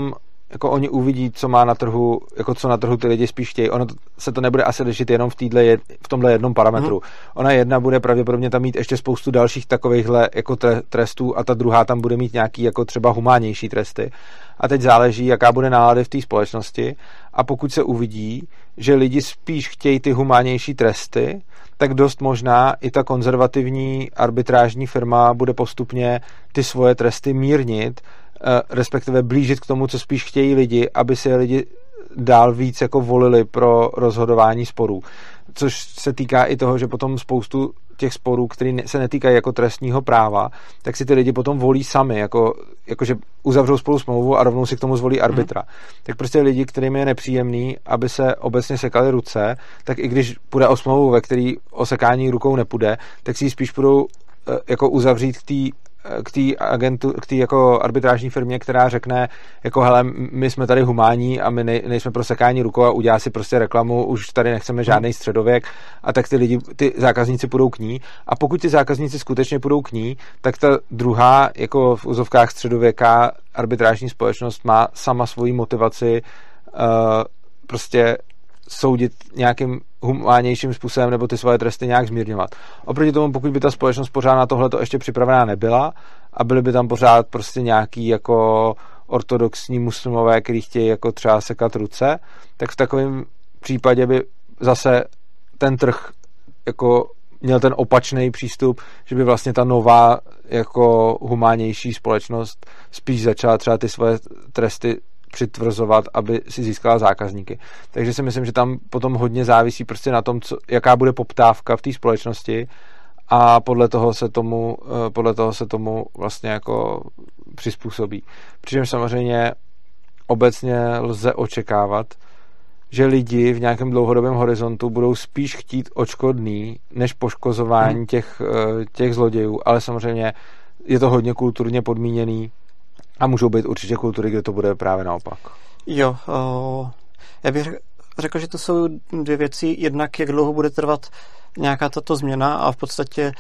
jako oni uvidí, co má na trhu, jako co na trhu ty lidi spíš chtějí. Ono to, se to nebude asi lišit jenom v, týdle, v tomhle jednom parametru. Mm. Ona jedna bude pravděpodobně tam mít ještě spoustu dalších takovýchhle jako trestů a ta druhá tam bude mít nějaký jako třeba humánnější tresty. A teď záleží, jaká bude nálada v té společnosti a pokud se uvidí, že lidi spíš chtějí ty humánnější tresty, tak dost možná i ta konzervativní arbitrážní firma bude postupně ty svoje tresty mírnit, respektive blížit k tomu, co spíš chtějí lidi, aby si lidi dál víc jako volili pro rozhodování sporů. Což se týká i toho, že potom spoustu těch sporů, které se netýkají jako trestního práva, tak si ty lidi potom volí sami, jako, jakože uzavřou spolu smlouvu a rovnou si k tomu zvolí arbitra. Mm. Tak prostě lidi, kterým je nepříjemný, aby se obecně sekaly ruce, tak i když půjde o smlouvu, ve který o sekání rukou nepůjde, tak si ji spíš budou jako uzavřít k té k té agentu, k té jako arbitrážní firmě, která řekne, jako hele, my jsme tady humánní a my nej, nejsme pro sekání rukou a udělá si prostě reklamu, už tady nechceme žádný středověk a tak ty lidi, ty zákazníci půjdou k ní a pokud ty zákazníci skutečně půjdou k ní, tak ta druhá, jako v úzovkách středověká arbitrážní společnost má sama svoji motivaci uh, prostě soudit nějakým humánnějším způsobem nebo ty svoje tresty nějak zmírňovat. Oproti tomu, pokud by ta společnost pořád na tohleto ještě připravená nebyla a byly by tam pořád prostě nějaký jako ortodoxní muslimové, kteří chtějí jako třeba sekat ruce, tak v takovém případě by zase ten trh jako měl ten opačný přístup, že by vlastně ta nová jako humánnější společnost spíš začala třeba ty svoje tresty přitvrzovat, aby si získala zákazníky. Takže si myslím, že tam potom hodně závisí prostě na tom, co, jaká bude poptávka v té společnosti a podle toho se tomu, podle toho se tomu vlastně jako přizpůsobí. Přičemž samozřejmě obecně lze očekávat, že lidi v nějakém dlouhodobém horizontu budou spíš chtít odškodný, než poškozování těch, těch zlodějů, ale samozřejmě je to hodně kulturně podmíněný a můžou být určitě kultury, kde to bude právě naopak. Jo, o, já bych řekl, že to jsou dvě věci. Jednak, jak dlouho bude trvat nějaká tato změna a v podstatě,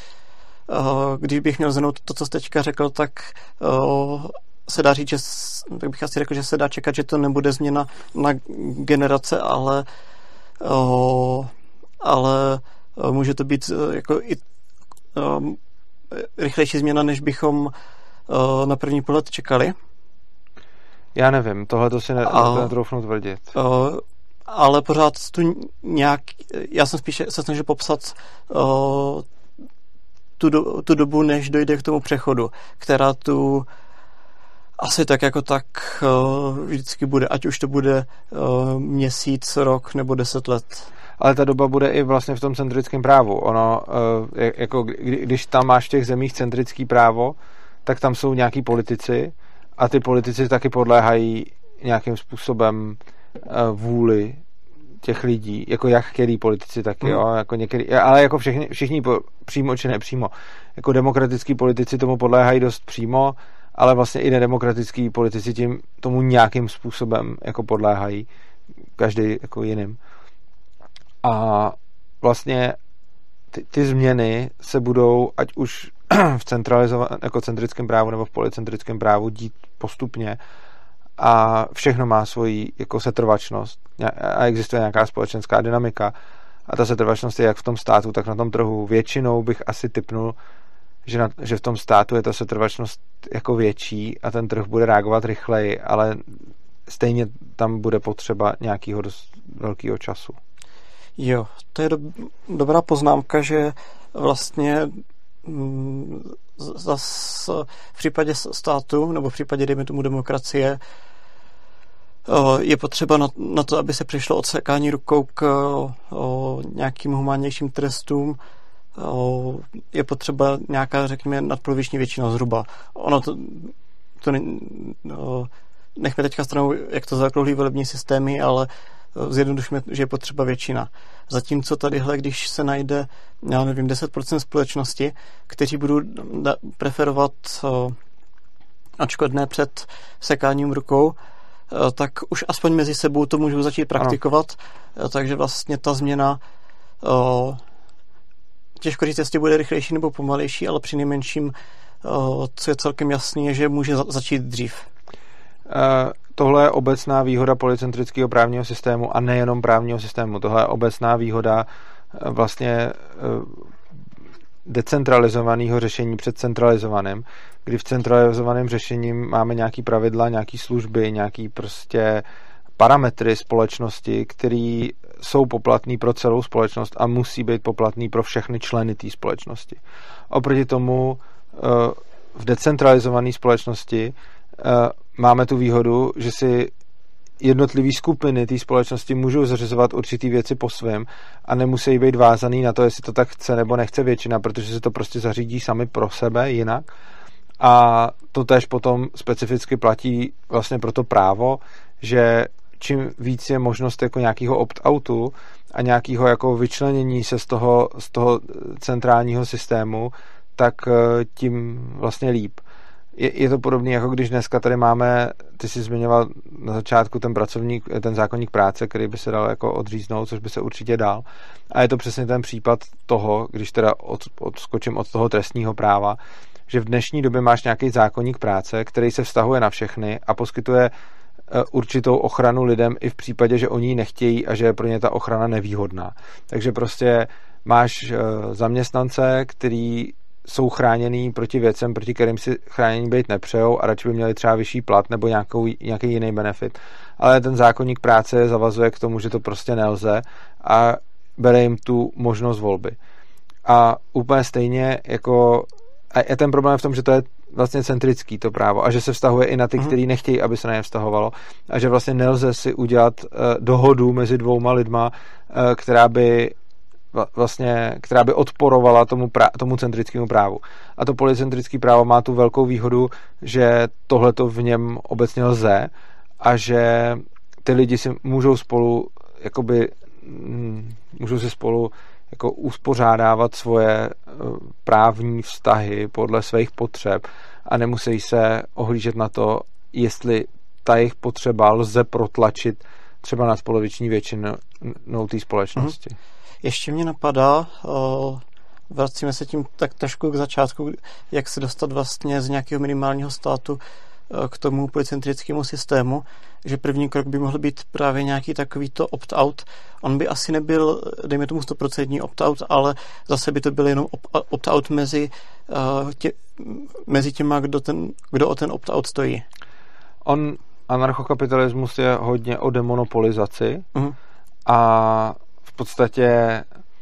o, když bych měl zhrnout to, co jsi teďka řekl, tak o, se dá říct, že tak bych asi řekl, že se dá čekat, že to nebude změna na generace, ale o, ale může to být jako i o, rychlejší změna, než bychom na první pohled čekali. Já nevím, tohle to si ne, a, netroufnu tvrdit. Uh, ale pořád tu nějak, já jsem spíše se snažil popsat uh, tu, do, tu dobu, než dojde k tomu přechodu, která tu asi tak jako tak uh, vždycky bude, ať už to bude uh, měsíc, rok nebo deset let. Ale ta doba bude i vlastně v tom centrickém právu. Ono, uh, jako kdy, když tam máš v těch zemích centrický právo, tak tam jsou nějaký politici a ty politici taky podléhají nějakým způsobem uh, vůli těch lidí, jako jak který politici taky, mm. jo, jako některý, ale jako všichni, všichni přímo či nepřímo. Jako demokratický politici tomu podléhají dost přímo, ale vlastně i nedemokratický politici tím tomu nějakým způsobem jako podléhají, každý jako jiným. A vlastně ty, ty změny se budou, ať už v centralizovaném, jako centrickém právu nebo v policentrickém právu dít postupně a všechno má svoji jako setrvačnost a existuje nějaká společenská dynamika a ta setrvačnost je jak v tom státu, tak na tom trhu. Většinou bych asi tipnul, že, na, že v tom státu je ta setrvačnost jako větší a ten trh bude reagovat rychleji, ale stejně tam bude potřeba nějakého dost velkého času. Jo, to je do, dobrá poznámka, že vlastně zas v případě státu nebo v případě, dejme tomu, demokracie je potřeba na, na to, aby se přišlo od sekání rukou k o, nějakým humánnějším trestům, o, je potřeba nějaká, řekněme, nadpoloviční většina zhruba. Ono to, to ne, o, nechme teďka stranou, jak to zaklouhlí volební systémy, ale zjednodušme, že je potřeba většina. Zatímco tadyhle, když se najde, já nevím, deset procent společnosti, kteří budou da- preferovat o, odškodné před sekáním rukou, o, tak už aspoň mezi sebou to můžou začít praktikovat, o, takže vlastně ta změna o, těžko říct, jestli bude rychlejší nebo pomalejší, ale přinejmenším, o, co je celkem jasný, je, že může za- začít dřív. Uh... tohle je obecná výhoda polycentrického právního systému a nejenom právního systému. Tohle je obecná výhoda vlastně decentralizovaného řešení před centralizovaným, kdy v centralizovaném řešení máme nějaký pravidla, nějaký služby, nějaký prostě parametry společnosti, které jsou poplatný pro celou společnost a musí být poplatný pro všechny členy té společnosti. Oproti tomu v decentralizované společnosti máme tu výhodu, že si jednotlivé skupiny té společnosti můžou zařizovat určitý věci po svém a nemusí být vázaný na to, jestli to tak chce nebo nechce většina, protože se to prostě zařídí sami pro sebe jinak. A to též potom specificky platí vlastně pro to právo, že čím víc je možnost jako nějakého opt-outu a nějakého jako vyčlenění se z toho, z toho centrálního systému, tak tím vlastně líp. Je, je to podobné, jako když dneska tady máme, ty jsi zmiňoval na začátku ten pracovník, ten zákonník práce, který by se dal jako odříznout, což by se určitě dal. A je to přesně ten případ toho, když teda od, odskočím od toho trestního práva, že v dnešní době máš nějaký zákonník práce, který se vztahuje na všechny a poskytuje určitou ochranu lidem i v případě, že oni ji nechtějí a že je pro ně ta ochrana nevýhodná. Takže prostě máš zaměstnance, který jsou chráněný proti věcem, proti kterým si chránění být nepřejou a radši by měli třeba vyšší plat nebo nějakou, nějaký jiný benefit. Ale ten zákonník práce zavazuje k tomu, že to prostě nelze a bere jim tu možnost volby. A úplně stejně jako a je ten problém v tom, že to je vlastně centrický to právo a že se vztahuje i na ty, kteří nechtějí, aby se na ně vztahovalo a že vlastně nelze si udělat uh, dohodu mezi dvouma lidma, uh, která by vlastně, která by odporovala tomu, pra, tomu centrickému právu. A to polycentrické právo má tu velkou výhodu, že tohleto v něm obecně lze a že ty lidi si můžou spolu jakoby, můžou si spolu jako uspořádávat svoje právní vztahy podle svých potřeb a nemusí se ohlížet na to, jestli ta jejich potřeba lze protlačit třeba nad poloviční většinou té společnosti. Mm-hmm. Ještě mě napadá, vracíme se tím tak trošku k začátku, jak se dostat vlastně z nějakého minimálního státu k tomu polycentrickému systému, že první krok by mohl být právě nějaký takovýto opt-out. On by asi nebyl, dejme tomu sto procent opt-out, ale zase by to byl jenom opt-out mezi, tě, mezi těma, kdo, ten, kdo o ten opt-out stojí. On, anarchokapitalismus je hodně o demonopolizaci uh-huh. a v podstatě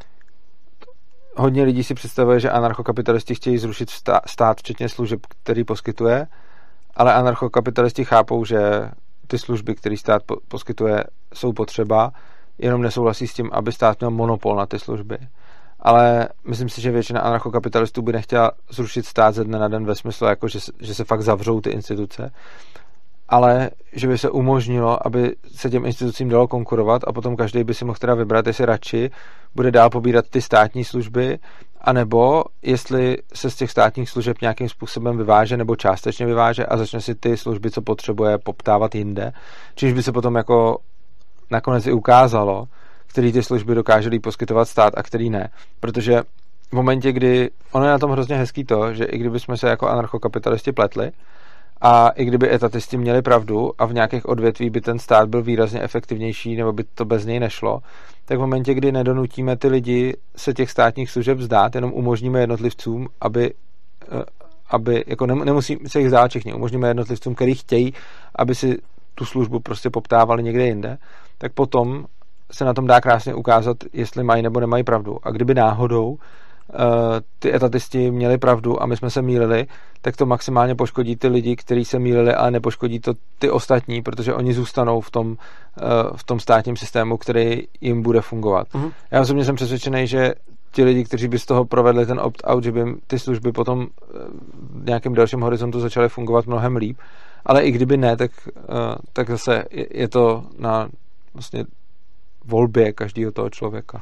hodně lidí si představuje, že anarchokapitalisti chtějí zrušit stát, včetně služeb, který poskytuje, ale anarchokapitalisti chápou, že ty služby, které stát poskytuje, jsou potřeba, jenom nesouhlasí s tím, aby stát měl monopol na ty služby. Ale myslím si, že většina anarchokapitalistů by nechtěla zrušit stát ze dne na den ve smyslu, jako že, že se fakt zavřou ty instituce, ale že by se umožnilo, aby se těm institucím dalo konkurovat a potom každý by si mohl teda vybrat, jestli radši bude dál pobírat ty státní služby, anebo jestli se z těch státních služeb nějakým způsobem vyváže nebo částečně vyváže a začne si ty služby, co potřebuje, poptávat jinde. Čímž by se potom jako nakonec i ukázalo, který ty služby dokáže líp poskytovat stát a který ne. Protože v momentě, kdy ono je na tom hrozně hezký to, že i kdyby jsme se jako anarchokapitalisti pletli, a i kdyby etatisti měli pravdu a v nějakých odvětví by ten stát byl výrazně efektivnější nebo by to bez něj nešlo, tak v momentě, kdy nedonutíme ty lidi se těch státních služeb vzdát, jenom umožníme jednotlivcům, aby, aby jako nemusí se jich zdát všichni, umožníme jednotlivcům, kteří chtějí, aby si tu službu prostě poptávali někde jinde, tak potom se na tom dá krásně ukázat, jestli mají nebo nemají pravdu. A kdyby náhodou ty etatisti měli pravdu a my jsme se mýlili, tak to maximálně poškodí ty lidi, kteří se mýlili, ale nepoškodí to ty ostatní, protože oni zůstanou v tom, v tom státním systému, který jim bude fungovat. Uh-huh. Já osobně jsem přesvědčený, že ti lidi, kteří by z toho provedli ten opt-out, že by ty služby potom v nějakém dalším horizontu začaly fungovat mnohem líp, ale i kdyby ne, tak, tak zase je to na vlastně volbě každého toho člověka.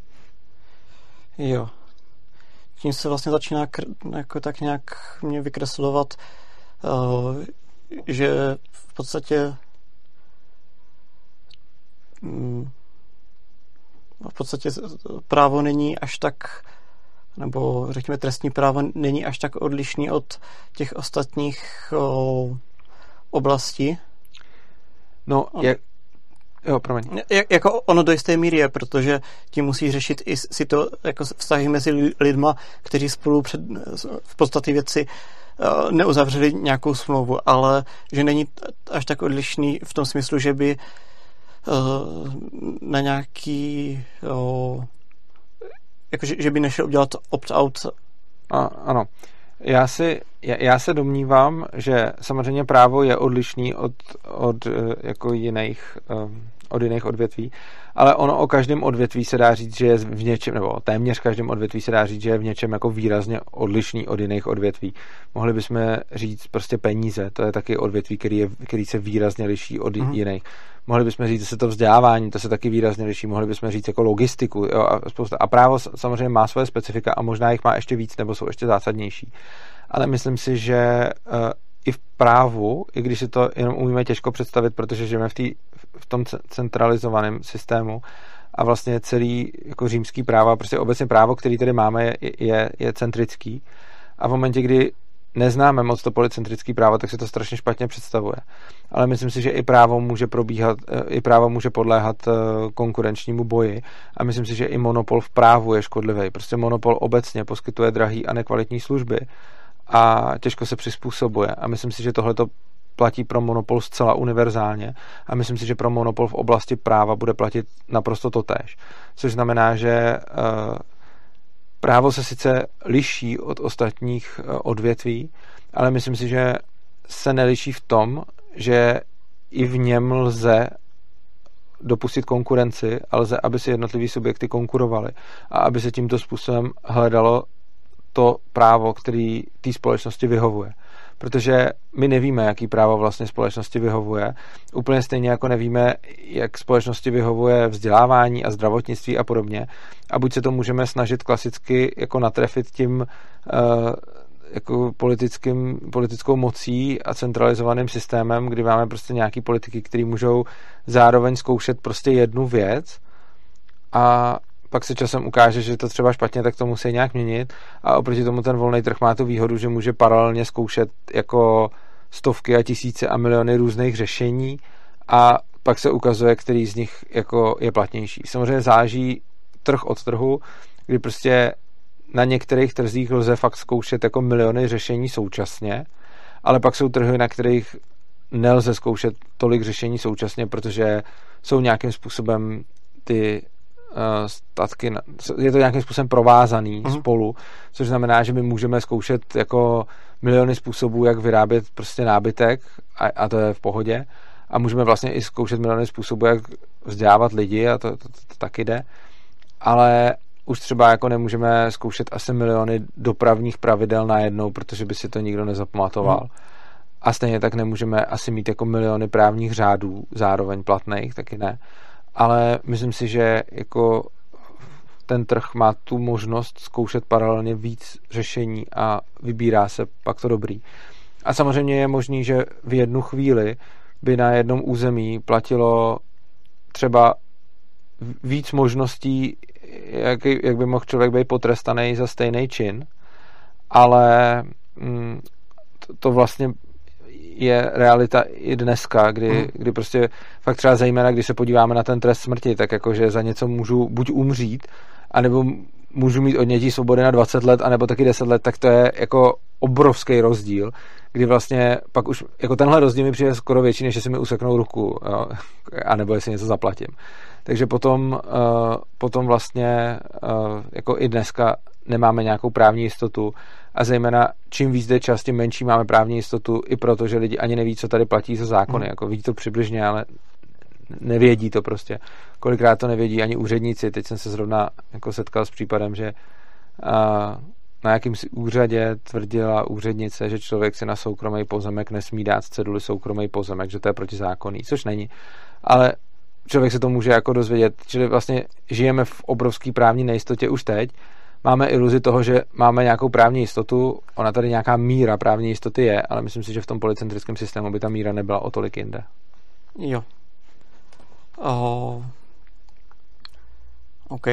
Jo. Tím se vlastně začíná jako tak nějak mě vykreslovat, uh, že v podstatě um, v podstatě právo není až tak, nebo řekněme trestní právo není až tak odlišný od těch ostatních uh, oblastí. No, jak... Jo, promiň. Jak, jako ono do jisté míry je, protože ti musí řešit i si to jako vztahy mezi lidma, kteří spolu před, v podstatě věci uh, neuzavřeli nějakou smlouvu, ale že není až tak odlišný v tom smyslu, že by uh, na nějaký uh, jako, že, že by nešel udělat opt-out. A, ano. Já, si, já, já se domnívám, že samozřejmě právo je odlišný od, od jako jiných, od jiných odvětví, ale ono o každém odvětví se dá říct, že je v něčem, nebo téměř každém odvětví se dá říct, že je v něčem jako výrazně odlišný od jiných odvětví. Mohli bychom říct prostě peníze, to je taky odvětví, který, je, který se výrazně liší od mm. jiných. Mohli bychom říct, že se to vzdělávání, to se taky výrazně liší. Mohli bychom říct jako logistiku. Jo, a, spousta. A právo samozřejmě má svoje specifika a možná jich má ještě víc, nebo jsou ještě zásadnější. Ale myslím si, že uh, i v právu, i když si to jenom umíme těžko představit, protože žijeme v, tý, v tom centralizovaném systému a vlastně celý jako římský právo, prostě obecně právo, který tady máme, je, je, je centrický. A v momentě, kdy neznáme moc to policentrické právo, tak se to strašně špatně představuje. Ale myslím si, že i právo může probíhat, i právo může podléhat konkurenčnímu boji a myslím si, že i monopol v právu je škodlivý. Prostě monopol obecně poskytuje drahý a nekvalitní služby a těžko se přizpůsobuje. A myslím si, že tohle to platí pro monopol zcela univerzálně a myslím si, že pro monopol v oblasti práva bude platit naprosto totéž. Což znamená, že právo se sice liší od ostatních odvětví, ale myslím si, že se neliší v tom, že i v něm lze dopustit konkurenci a lze, aby si jednotlivý subjekty konkurovaly a aby se tímto způsobem hledalo to právo, který té společnosti vyhovuje. Protože my nevíme, jaký právo vlastně společnosti vyhovuje. Úplně stejně jako nevíme, jak společnosti vyhovuje vzdělávání a zdravotnictví a podobně. A buď se to můžeme snažit klasicky jako natrefit tím uh, jako politickým, politickou mocí a centralizovaným systémem, kdy máme prostě nějaký politiky, který můžou zároveň zkoušet prostě jednu věc a pak se časem ukáže, že to třeba špatně, tak to musí nějak měnit a oproti tomu ten volný trh má tu výhodu, že může paralelně zkoušet jako stovky a tisíce a miliony různých řešení a pak se ukazuje, který z nich jako je platnější. Samozřejmě záleží trh od trhu, kdy prostě na některých trzích lze fakt zkoušet jako miliony řešení současně, ale pak jsou trhy, na kterých nelze zkoušet tolik řešení současně, protože jsou nějakým způsobem ty statky, je to nějakým způsobem provázaný uh-huh. spolu, což znamená, že my můžeme zkoušet jako miliony způsobů, jak vyrábět prostě nábytek a, a to je v pohodě a můžeme vlastně i zkoušet miliony způsobů, jak vzdělávat lidi a to, to, to, to taky jde, ale už třeba jako nemůžeme zkoušet asi miliony dopravních pravidel najednou, protože by si to nikdo nezapamatoval. Uh-huh. A stejně tak nemůžeme asi mít jako miliony právních řádů zároveň platných, taky ne. Ale myslím si, že jako ten trh má tu možnost zkoušet paralelně víc řešení a vybírá se pak to dobrý. A samozřejmě je možný, že v jednu chvíli by na jednom území platilo třeba víc možností, jak, jak by mohl člověk být potrestaný za stejný čin, ale mm, to, to vlastně je realita i dneska, kdy, mm. kdy prostě fakt třeba zejména, když se podíváme na ten trest smrti, tak jakože za něco můžu buď umřít, anebo můžu mít odnětí svobody na dvacet let, anebo taky deset let, tak to je jako obrovský rozdíl, kdy vlastně pak už, jako tenhle rozdíl mi přijde skoro větší, než jestli mi useknou ruku, jo, anebo jestli něco zaplatím. Takže potom, uh, potom vlastně uh, jako i dneska nemáme nějakou právní jistotu a zejména čím víc jde čas, tím menší máme právní jistotu i proto, že lidi ani neví, co tady platí za zákony. Mm. Jako ví to přibližně, ale nevědí to prostě. Kolikrát to nevědí ani úředníci. Teď jsem se zrovna jako setkal s případem, že uh, na jakýmsi úřadě tvrdila úřednice, že člověk si na soukromý pozemek nesmí dát z ceduly soukromý pozemek, že to je protizákonný, což není. Ale člověk se to může jako dozvědět, čili vlastně žijeme v obrovský právní nejistotě už teď. Máme iluzi toho, že máme nějakou právní jistotu, ona tady nějaká míra právní jistoty je, ale myslím si, že v tom policentrickém systému by ta míra nebyla o tolik jinde. Jo. Oh. OK.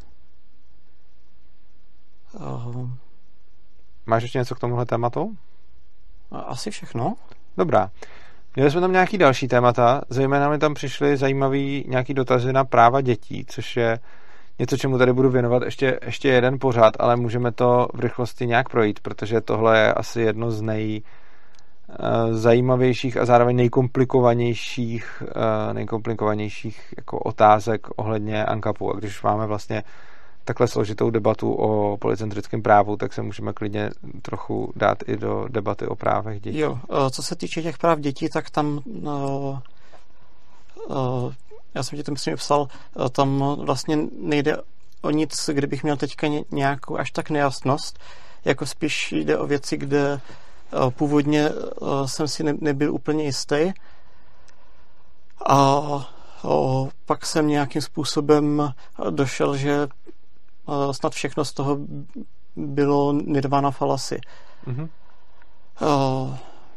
Oh. Máš ještě něco k tomuhle tématu? Asi všechno. Dobrá. Měli jsme tam nějaký další témata, zejména mi tam přišly zajímavý nějaký dotazy na práva dětí, což je něco, čemu tady budu věnovat ještě, ještě jeden pořád, ale můžeme to v rychlosti nějak projít, protože tohle je asi jedno z nejzajímavějších a zároveň nejkomplikovanějších, nejkomplikovanějších jako otázek ohledně ANCAPu. A když máme vlastně takhle složitou debatu o polycentrickém právu, tak se můžeme klidně trochu dát i do debaty o právech dětí. Jo, co se týče těch práv dětí, tak tam no, já jsem ti to myslím psal, tam vlastně nejde o nic, kde bych měl teďka nějakou až tak nejasnost, jako spíš jde o věci, kde původně jsem si nebyl úplně jistý a pak jsem nějakým způsobem došel, že snad všechno z toho bylo nirvana fallacy. Mm-hmm. Uh,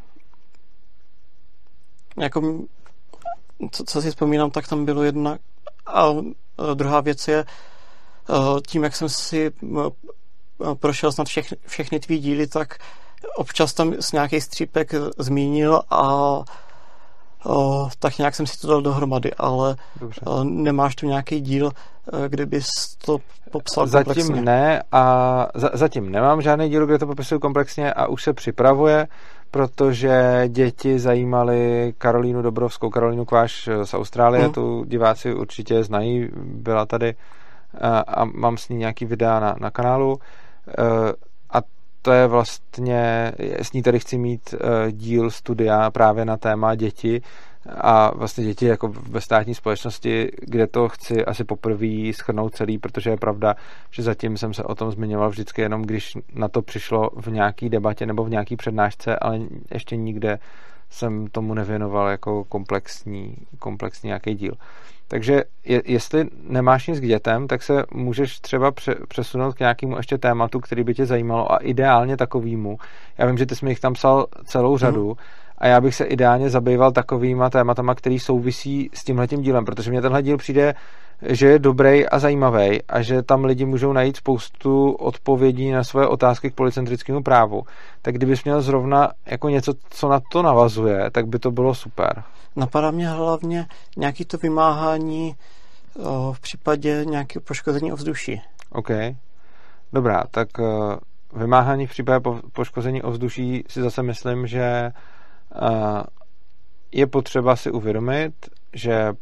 jako, co, co si vzpomínám, tak tam bylo jedna a druhá věc je uh, tím, jak jsem si uh, prošel snad všech, všechny tvý díly, tak občas tam s nějaký střípek zmínil a O, tak nějak jsem si to dal dohromady, ale o, nemáš tu nějaký díl, kde bys to popsal komplexně? Zatím ne a za, zatím nemám žádný díl, kde to popisuju komplexně a už se připravuje, protože děti zajímaly Karolínu Dobrovskou, Karolínu Kváš z Austrálie, hmm. tu diváci určitě znají, byla tady a, a mám s ní nějaký videa na, na kanálu a to je vlastně, s ní tady chci mít uh, díl studia právě na téma děti a vlastně děti jako ve státní společnosti, kde to chci asi poprvé shrnout celý, protože je pravda, že zatím jsem se o tom zmiňoval vždycky jenom, když na to přišlo v nějaký debatě nebo v nějaký přednášce, ale ještě nikde jsem tomu nevěnoval jako komplexní, komplexní nějaký díl. Takže je, jestli nemáš nic k dětem, tak se můžeš třeba pře, přesunout k nějakému ještě tématu, který by tě zajímalo a ideálně takovýmu. Já vím, že ty jsi mi jich tam psal celou řadu mm. a já bych se ideálně zabýval takovýma tématama, který souvisí s tímhletím dílem, protože mně tenhle díl přijde, že je dobrý a zajímavý a že tam lidi můžou najít spoustu odpovědí na svoje otázky k polycentrickému právu. Tak kdybys měl zrovna jako něco, co na to navazuje, tak by to bylo super. Napadá mě hlavně nějaké to vymáhání o, v případě nějakého poškození ovzduší. OK. Dobrá, tak uh, vymáhání v případě po, poškození ovzduší si zase myslím, že uh, je potřeba si uvědomit, že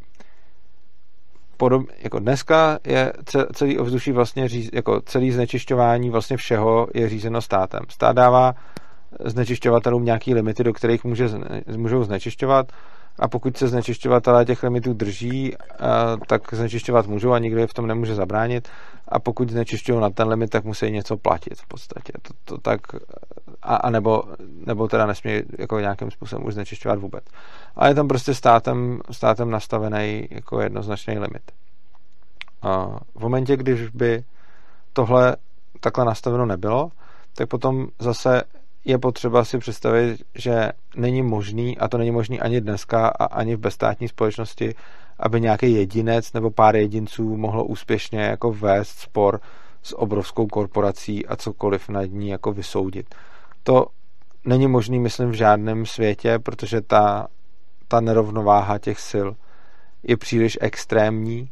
podob, jako dneska je celý ovzduší vlastně říz, jako celý znečišťování vlastně všeho je řízeno státem. Stát dává znečišťovatelům nějaký limity, do kterých může, můžou znečišťovat a pokud se znečišťovatelé těch limitů drží, tak znečišťovat můžou a nikdo je v tom nemůže zabránit a pokud znečišťují na ten limit, tak musí něco platit v podstatě. To, to tak, a, a nebo, nebo teda nesmí jako nějakým způsobem už znečišťovat vůbec. Ale je tam prostě státem, státem nastavený jako jednoznačný limit. A v momentě, když by tohle takhle nastaveno nebylo, tak potom zase je potřeba si představit, že není možný, a to není možný ani dneska a ani v bezstátní společnosti, aby nějaký jedinec nebo pár jedinců mohlo úspěšně jako vést spor s obrovskou korporací a cokoliv nad ní jako vysoudit. To není možný, myslím, v žádném světě, protože ta, ta nerovnováha těch sil je příliš extrémní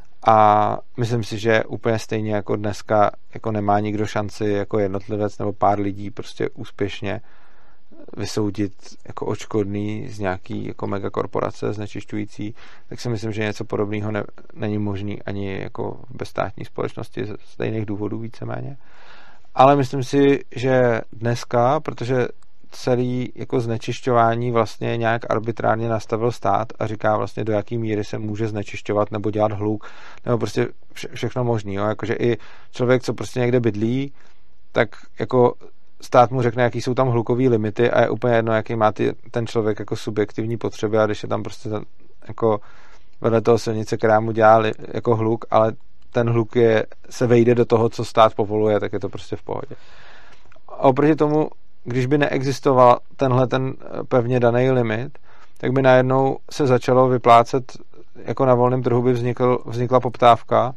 a myslím si, že úplně stejně jako dneska jako nemá nikdo šanci jako jednotlivec nebo pár lidí prostě úspěšně vysoudit jako odškodný z nějaký jako megakorporace znečišťující, tak si myslím, že něco podobného ne, není možný ani jako v bezstátní společnosti z stejných důvodů víceméně. Ale myslím si, že dneska, protože celý jako znečišťování vlastně nějak arbitrárně nastavil stát a říká vlastně, do jaký míry se může znečišťovat nebo dělat hluk, nebo prostě vše, všechno možný. Jo? Jakože i člověk, co prostě někde bydlí, tak jako stát mu řekne, jaký jsou tam hlukové limity a je úplně jedno, jaký má ty, ten člověk jako subjektivní potřeby a když je tam prostě ten, jako vedle toho silnice, která mu dělá li, jako hluk, ale ten hluk je, se vejde do toho, co stát povoluje, tak je to prostě v pohodě. A oproti tomu, když by neexistoval tenhle ten pevně daný limit, tak by najednou se začalo vyplácet, jako na volném trhu by vznikl, vznikla poptávka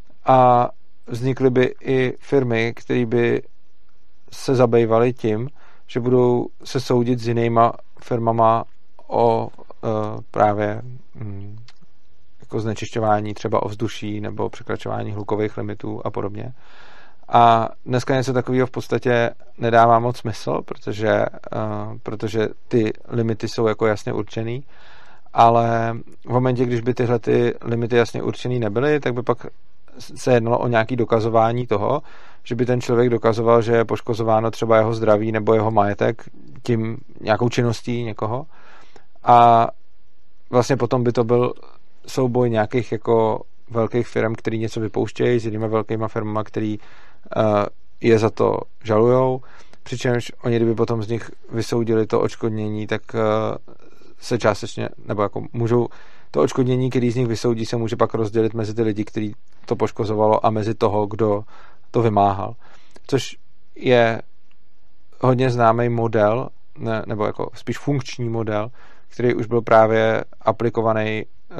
a vznikly by i firmy, které by se zabývaly tím, že budou se soudit s jinýma firmama o právě jako znečišťování třeba ovzduší nebo překračování hlukových limitů a podobně. A dneska něco takového v podstatě nedává moc smysl, protože, uh, protože ty limity jsou jako jasně určený, ale v momentě, když by tyhle ty limity jasně určený nebyly, tak by pak se jednalo o nějaké dokazování toho, že by ten člověk dokazoval, že je poškozováno třeba jeho zdraví nebo jeho majetek tím nějakou činností někoho. A vlastně potom by to byl souboj nějakých jako velkých firm, který něco vypouštějí s jinými velkýma firmama, který uh, je za to žalujou, přičemž oni, kdyby potom z nich vysoudili to odškodnění, tak uh, se částečně, nebo jako můžou to odškodnění, který z nich vysoudí, se může pak rozdělit mezi ty lidi, který to poškozovalo a mezi toho, kdo to vymáhal. Což je hodně známý model, ne, nebo jako spíš funkční model, který už byl právě aplikovaný uh,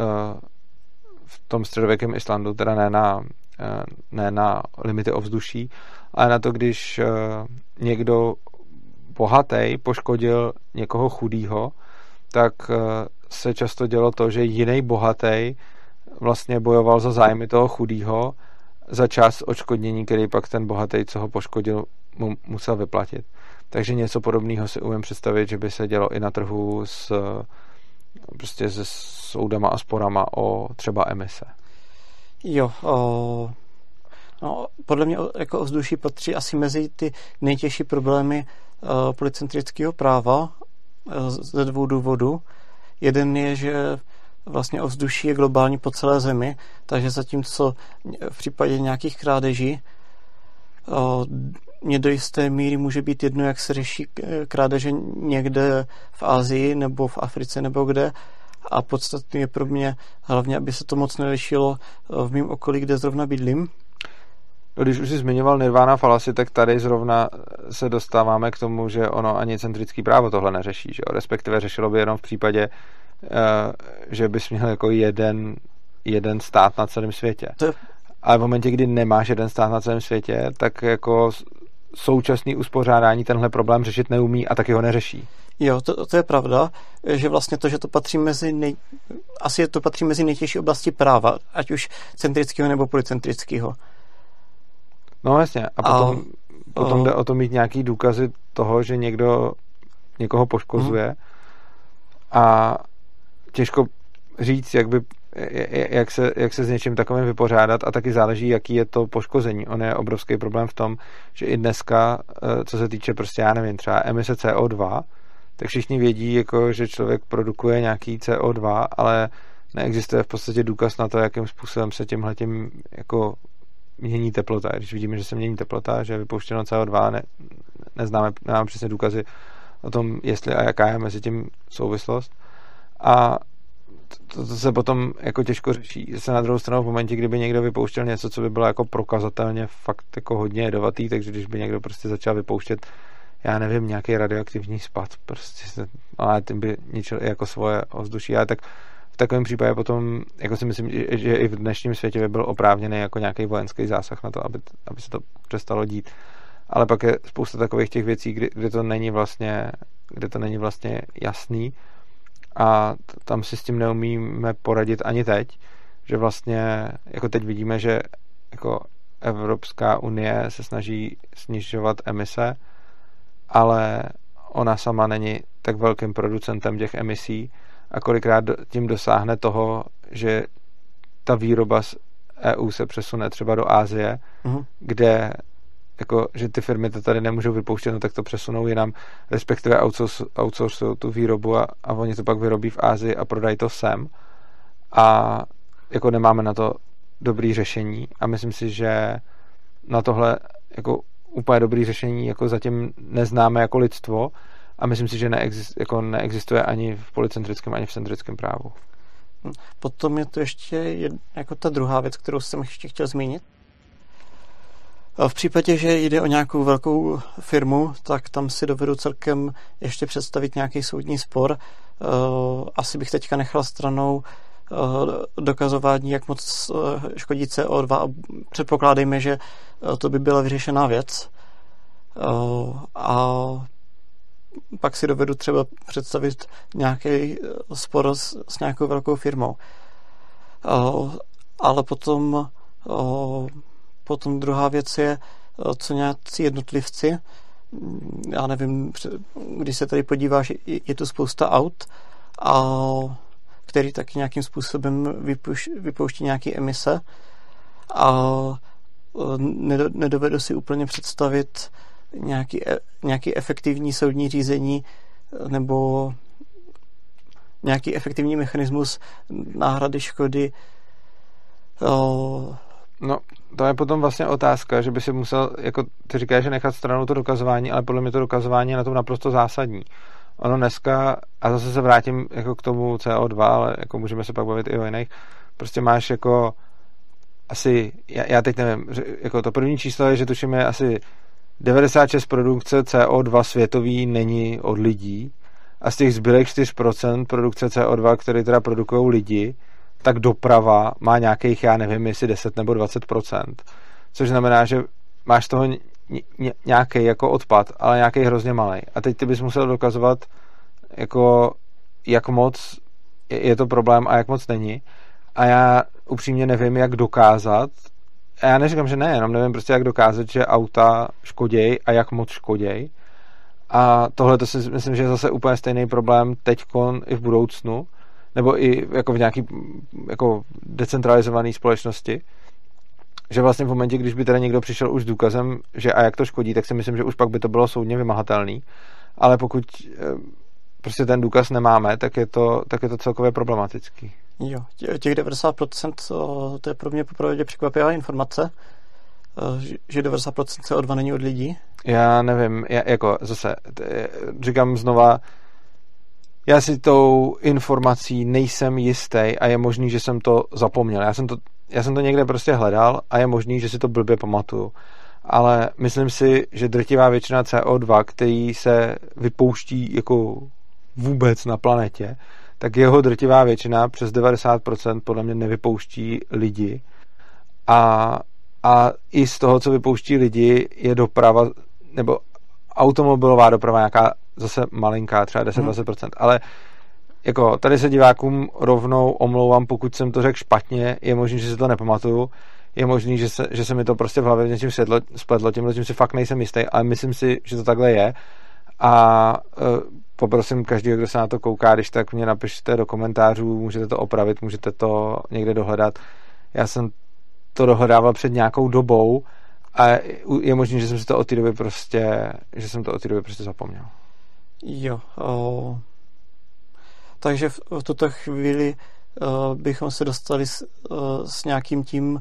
v tom středověkém Islandu, teda ne na, uh, ne na limity ovzduší, ale na to, když uh, někdo bohatý poškodil někoho chudýho, tak uh, se často dělo to, že jiný bohatý vlastně bojoval za zájmy toho chudýho za čas odškodnění, který pak ten bohatý, co ho poškodil, mu musel vyplatit. Takže něco podobného si umím představit, že by se dělo i na trhu s prostě se soudama a sporama o třeba emise. Jo, o, no, podle mě jako ovzduší patří asi mezi ty nejtěžší problémy o, polycentrického práva o, ze dvou důvodů. Jeden je, že vlastně ovzduší je globální po celé zemi, takže zatímco v případě nějakých krádeží o, mě do jisté míry může být jedno, jak se řeší krádeže někde v Asii nebo v Africe nebo kde, a podstatně je pro mě hlavně, aby se to moc nelišilo v mém okolí, kde zrovna bydlím. Když už jsi zmiňoval Nirvana fallacy, tak tady zrovna se dostáváme k tomu, že ono ani centrický právo tohle neřeší, že jo? Respektive řešilo by jenom v případě, že bys měl jako jeden, jeden stát na celém světě. To... Ale v momentě, kdy nemáš jeden stát na celém světě, tak jako současný uspořádání tenhle problém řešit neumí a taky ho neřeší. Jo, to, to je pravda, že vlastně to, že to patří mezi nej... asi to patří mezi nejtěžší oblasti práva, ať už centrického nebo polycentrického. No jasně, a potom, a, potom jde o to mít nějaký důkazy toho, že někdo někoho poškozuje hmm. a těžko říct, jak by jak se, jak se s něčím takovým vypořádat, a taky záleží, jaký je to poškození. On je obrovský problém v tom, že i dneska, co se týče prostě, já nevím, třeba emise C O dva, tak všichni vědí, jako, že člověk produkuje nějaký C O dva, ale neexistuje v podstatě důkaz na to, jakým způsobem se tímhletím jako mění teplota. Když vidíme, že se mění teplota, že je vypouštěno C O dva, ne, neznáme, nemáme přesně důkazy o tom, jestli a jaká je mezi tím souvislost. A to, to se potom jako těžko řeší. Se na druhou stranu v momentě, kdyby někdo vypouštěl něco, co by bylo jako prokazatelně fakt jako hodně jedovatý, takže když by někdo prostě začal vypouštět, já nevím, nějaký radioaktivní spad, prostě, ale tím by ničil jako svoje ovzduší, ale tak v takovém případě potom, jako si myslím, že i v dnešním světě by byl oprávněný jako nějaký vojenský zásah na to, aby, aby se to přestalo dít. Ale pak je spousta takových těch věcí, kdy, kdy to není vlastně, kde to není vlastně jasný, a tam si s tím neumíme poradit ani teď, že vlastně jako teď vidíme, že jako Evropská unie se snaží snižovat emise, ale ona sama není tak velkým producentem těch emisí a kolikrát tím dosáhne toho, že ta výroba z E U se přesune třeba do Asie, uh-huh. kde jako, že ty firmy to tady nemůžou vypouštět, no tak to přesunou jinam, respektive outsourcují tu výrobu a, a oni to pak vyrobí v Asii a prodají to sem. A jako nemáme na to dobrý řešení a myslím si, že na tohle jako úplně dobrý řešení jako zatím neznáme jako lidstvo a myslím si, že neexist, jako neexistuje ani v polycentrickém, ani v centrickém právu. Potom je to ještě jedna, jako ta druhá věc, kterou jsem ještě chtěl zmínit. V případě, že jde o nějakou velkou firmu, tak tam si dovedu celkem ještě představit nějaký soudní spor. Asi bych teďka nechal stranou dokazování, jak moc škodí C O dva a předpokládejme, že to by byla vyřešená věc. A pak si dovedu třeba představit nějaký spor s, s nějakou velkou firmou. Uh, ale potom, uh, potom druhá věc je, uh, co nějací jednotlivci. Já nevím, když se tady podíváš, je, je tu spousta aut, a, který taky nějakým způsobem vypuš, vypouští nějaké emise, a nedovedu si úplně představit nějaký, nějaký efektivní soudní řízení nebo nějaký efektivní mechanismus náhrady škody. No, to je potom vlastně otázka, že by si musel, jako ty říkáš, že nechat stranou to dokazování, ale podle mě to dokazování je na tom naprosto zásadní. Ono dneska, a zase se vrátím jako k tomu C O dva, ale jako můžeme se pak bavit i o jiných, prostě máš jako asi, já, já teď nevím, jako to první číslo je, že tuším je asi devadesát šest produkce C O dva světový není od lidí a z těch zbylých čtyři procenta produkce C O dva, které teda produkují lidi, tak doprava má nějakých, já nevím, jestli deset nebo dvacet procent. Což znamená, že máš z toho nějaký jako odpad, ale nějaký hrozně malý. A teď ty bys musel dokazovat, jako jak moc je to problém a jak moc není. A já upřímně nevím, jak dokázat, a já neříkám, že ne, jenom nevím prostě, jak dokázat, že auta škoděj a jak moc škoděj. A tohle to si myslím, že je zase úplně stejný problém teďkon i v budoucnu, nebo i jako v nějaký jako decentralizované společnosti, že vlastně v momentě, když by teda někdo přišel už s důkazem, že a jak to škodí, tak si myslím, že už pak by to bylo soudně vymahatelný, ale pokud prostě ten důkaz nemáme, tak je to, tak je to celkově problematický. Jo, těch devadesát procent to je pro mě popravdě překvapivá informace, že devadesát procent C O dva není od lidí. Já nevím, já, jako zase říkám znova, já si tou informací nejsem jistý a je možný, že jsem to zapomněl. Já jsem to, já jsem to někde prostě hledal a je možný, že si to blbě pamatuju. Ale myslím si, že drtivá většina C O dva, který se vypouští jako vůbec na planetě, tak jeho drtivá většina, přes devadesát procent podle mě nevypouští lidi. A, a i z toho, co vypouští lidi, je doprava, nebo automobilová doprava nějaká zase malinká, třeba deset až dvacet procent, hmm. ale jako tady se divákům rovnou omlouvám, pokud jsem to řekl špatně, je možný, že si to nepamatuju, je možný, že se, že se mi to prostě v hlavě v něčím světlo, spletlo, tímhle tím si fakt nejsem jistý, ale myslím si, že to takhle je a uh, poprosím každého, kdo se na to kouká, když tak mě napište do komentářů, můžete to opravit, můžete to někde dohledat. Já jsem to dohledával před nějakou dobou a je možné, že jsem si to od té doby prostě, že jsem to od té doby prostě zapomněl. Jo. O... Takže v, v tuto chvíli o, bychom se dostali s, o, s nějakým tím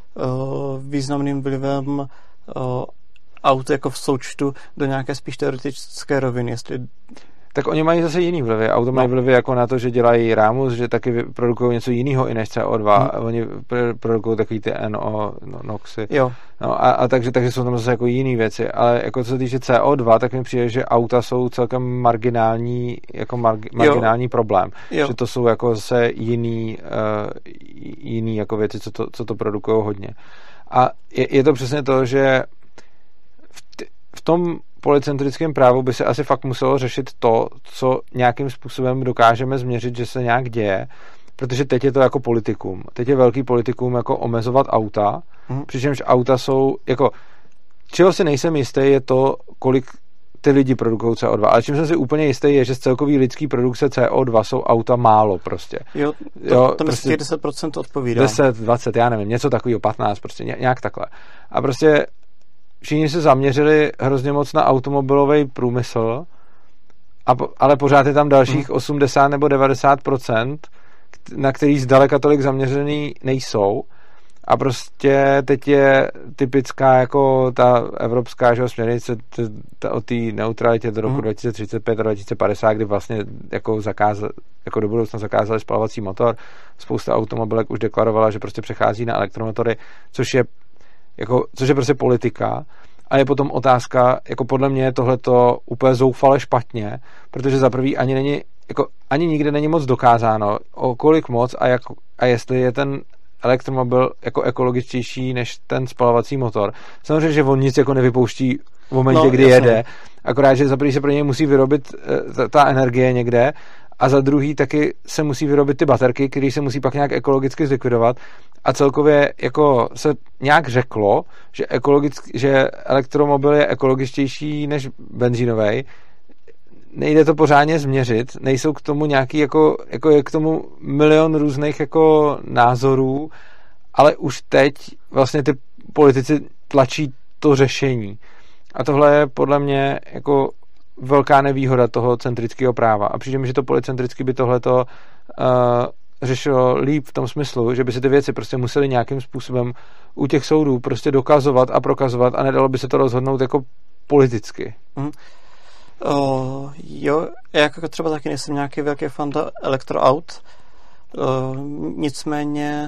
o, významným vlivem o, aut jako v součtu do nějaké spíš teoretické roviny, jestli... Tak oni mají zase jiný vlivy. Auto mají vlivy jako na to, že dělají rámus, že taky produkují něco jiného i než C O dva. Hmm. Oni produkují takový ty N O, no, noxy. Jo. No a, a takže, takže jsou tam zase jako jiný věci. Ale jako co se týče C O dva, tak mi přijde, že auta jsou celkem marginální, jako marg, marginální problém. Jo. Že to jsou jako zase jiný, uh, jiný jako věci, co to, co to produkují hodně. A je, je to přesně to, že v, t- v tom policentrickém právu by se asi fakt muselo řešit to, co nějakým způsobem dokážeme změřit, že se nějak děje, protože teď je to jako politikum. Teď je velký politikum jako omezovat auta, mm. přičemž auta jsou jako, čeho si nejsem jistý, je to, kolik ty lidi produkují C O dva, ale čím jsem si úplně jistý, je, že z celkový lidský produkce C O dva jsou auta málo prostě. Jo, to, jo, to prostě těch deset procent odpovídá. deset, dvacet, já nevím, něco takového, patnáct, prostě nějak takhle. A prostě všichni se zaměřili hrozně moc na automobilový průmysl, a, ale pořád je tam dalších hmm. osmdesát nebo devadesát procent, na který zdaleka tolik zaměřený nejsou. A prostě teď je typická jako ta evropská že, směrnice o té neutralitě do roku hmm. dva tisíce třicet pět a dva tisíce padesát, kdy vlastně jako, zakázal, jako do budoucna zakázali spalovací motor. Spousta automobilek už deklarovala, že prostě přechází na elektromotory, což je Jako, což je prostě politika a je potom otázka, jako podle mě je tohleto úplně zoufale špatně, protože za prvý ani není, jako ani nikde není moc dokázáno, o kolik moc a, jak, a jestli je ten elektromobil jako ekologičtější než ten spalovací motor. Samozřejmě, že on nic jako nevypouští v momentě, no, kdy jasně. jede, Akorát, že za první se pro něj musí vyrobit ta, ta energie někde a za druhý taky se musí vyrobit ty baterky, které se musí pak nějak ekologicky zlikvidovat a celkově jako se nějak řeklo, že, ekologicky, že elektromobil je ekologičtější než benzínovej. Nejde to pořádně změřit, nejsou k tomu nějaký jako, jako je k tomu milion různých jako názorů, ale už teď vlastně ty politici tlačí to řešení. A tohle je podle mě jako velká nevýhoda toho centrického práva. A přijde mi, že to policentricky by tohleto uh, řešilo líp v tom smyslu, že by se ty věci prostě museli nějakým způsobem u těch soudů prostě dokazovat a prokazovat a nedalo by se to rozhodnout jako politicky. Mm. Uh, jo, já jako třeba taky nejsem nějaký velký fan elektroaut, uh, nicméně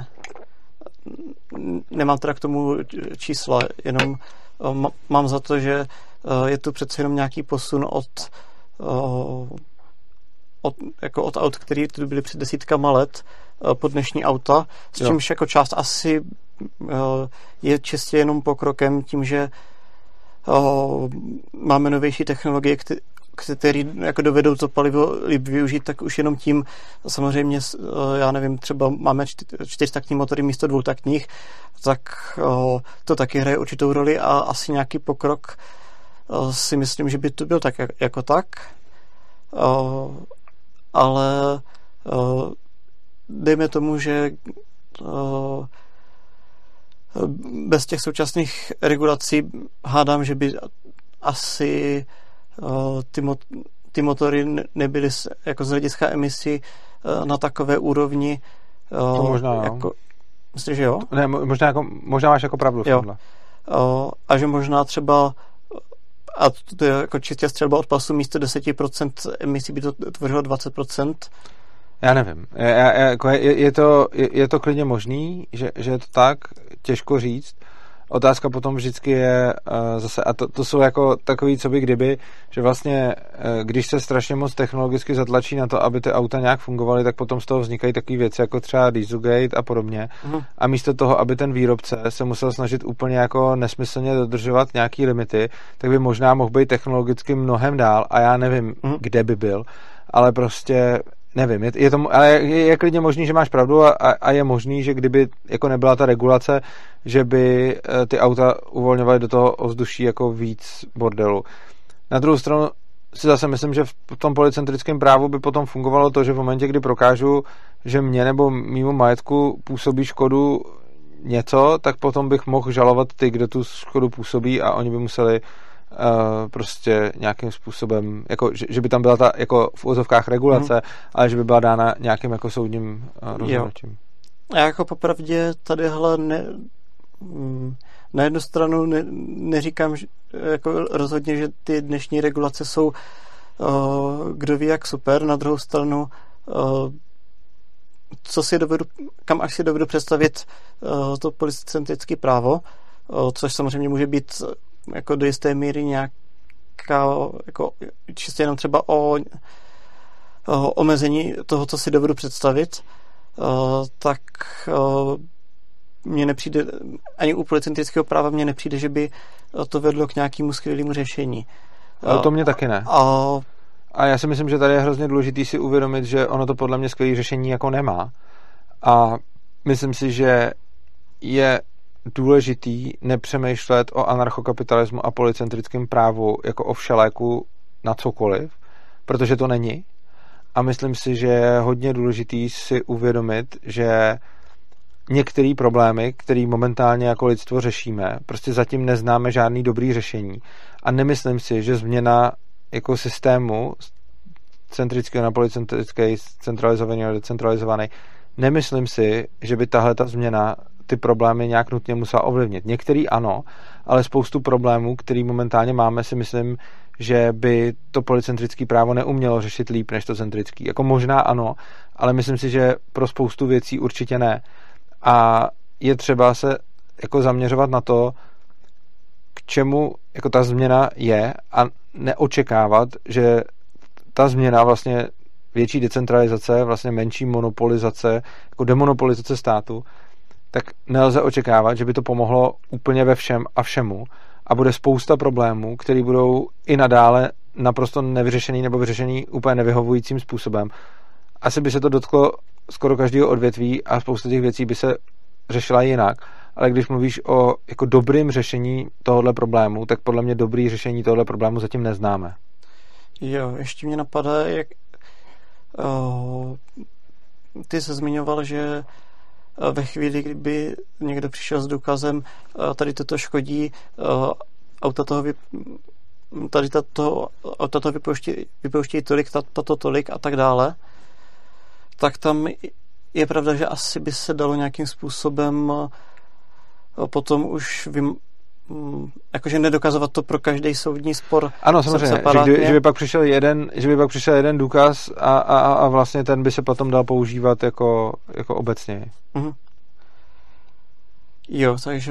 nemám teda k tomu čísla, jenom uh, mám za to, že uh, je tu přece jenom nějaký posun od, uh, od, jako od aut, které tu byly před desítkama let uh, po dnešní auta, s čímž jako část asi uh, je čistě jenom pokrokem tím, že uh, máme novější technologie, které které jako dovedou to palivo líp využít, tak už jenom tím samozřejmě, já nevím, třeba máme čtyřtaktní motory místo dvoutaktních, tak o, to taky hraje určitou roli a asi nějaký pokrok o, si myslím, že by to byl tak jako tak. O, ale o, dejme tomu, že o, bez těch současných regulací hádám, že by asi ty, mot, ty motory nebyly jako z hlediska emisí na takové úrovni. To možná, jako, myslíš, že jo? Ne, možná, jako, možná máš jako pravdu v tomhle. A že možná třeba a to je jako čistě střelba od pasu, místo deset procent emisí by to tvořilo dvacet procent. Já nevím. Je, je, je, je, to, je, je to klidně možný, že, že je to tak, těžko říct. Otázka potom vždycky je uh, zase, a to, to jsou jako takový, co by kdyby, že vlastně, uh, když se strašně moc technologicky zatlačí na to, aby ty auta nějak fungovaly, tak potom z toho vznikají takové věci, jako třeba Dieselgate a podobně. Uh-huh. A místo toho, aby ten výrobce se musel snažit úplně jako nesmyslně dodržovat nějaký limity, tak by možná mohl být technologicky mnohem dál a já nevím, uh-huh. kde by byl, ale prostě nevím, je, je to, ale je, je klidně možný, že máš pravdu a, a je možný, že kdyby jako nebyla ta regulace, že by ty auta uvolňovaly do toho ovzduší jako víc bordelu. Na druhou stranu si zase myslím, že v tom policentrickém právu by potom fungovalo to, že v momentě, kdy prokážu, že mě nebo mýmu majetku působí škodu něco, tak potom bych mohl žalovat ty, kdo tu škodu působí a oni by museli Uh, prostě nějakým způsobem, jako, že, že by tam byla ta jako v úvozovkách regulace, mm. ale že by byla dána nějakým jako soudním uh, rozhodnutím. Já jako popravdě tadyhle ne, na jednu stranu ne, neříkám že, jako rozhodně, že ty dnešní regulace jsou uh, kdo ví jak super, na druhou stranu uh, co si dovedu, kam až si dovedu představit uh, to policentrické právo, uh, což samozřejmě může být jako do jisté míry nějaká jako čistě jenom třeba o, o omezení toho, co si dovedu představit, tak mně nepřijde, ani u policentrického práva mně nepřijde, že by to vedlo k nějakému skvělému řešení. Ale to mě taky ne. A, a já si myslím, že tady je hrozně důležitý si uvědomit, že ono to podle mě skvělé řešení jako nemá. A myslím si, že je důležitý nepřemýšlet o anarchokapitalismu a policentrickém právu jako o všeléku na cokoliv, protože to není. A myslím si, že je hodně důležitý si uvědomit, že některé problémy, které momentálně jako lidstvo řešíme, prostě zatím neznáme žádný dobrý řešení. A nemyslím si, že změna jako systému centrického na policentrický, centralizovaný a decentralizovaný, nemyslím si, že by tahle ta změna ty problémy nějak nutně musela ovlivnit. Některý ano, ale spoustu problémů, který momentálně máme, si myslím, že by to policentrické právo neumělo řešit líp než to centrický. Jako možná ano, ale myslím si, že pro spoustu věcí určitě ne. A je třeba se jako zaměřovat na to, k čemu jako ta změna je a neočekávat, že ta změna vlastně větší decentralizace, vlastně menší monopolizace, jako demonopolizace státu, tak nelze očekávat, že by to pomohlo úplně ve všem a všemu a bude spousta problémů, které budou i nadále naprosto nevyřešený nebo vyřešený úplně nevyhovujícím způsobem. Asi by se to dotklo skoro každého odvětví a spousta těch věcí by se řešila jinak. Ale když mluvíš o jako dobrým řešení tohohle problému, tak podle mě dobrý řešení tohohle problému zatím neznáme. Jo, ještě mě napadá, jak uh, ty se zmiňoval, že ve chvíli, kdyby někdo přišel s důkazem, uh, tady toto škodí, uh, auta toho vy, tady tato, auta toho vypouští, vypouští tolik, tato tolik a tak dále, tak tam je pravda, že asi by se dalo nějakým způsobem potom už vym, jakože nedokazovat to pro každý soudní spor. Ano, samozřejmě, že, kdy, že, by pak přišel jeden, že by pak přišel jeden důkaz a, a, a vlastně ten by se potom dal používat jako, jako obecně. Mhm. Jo, takže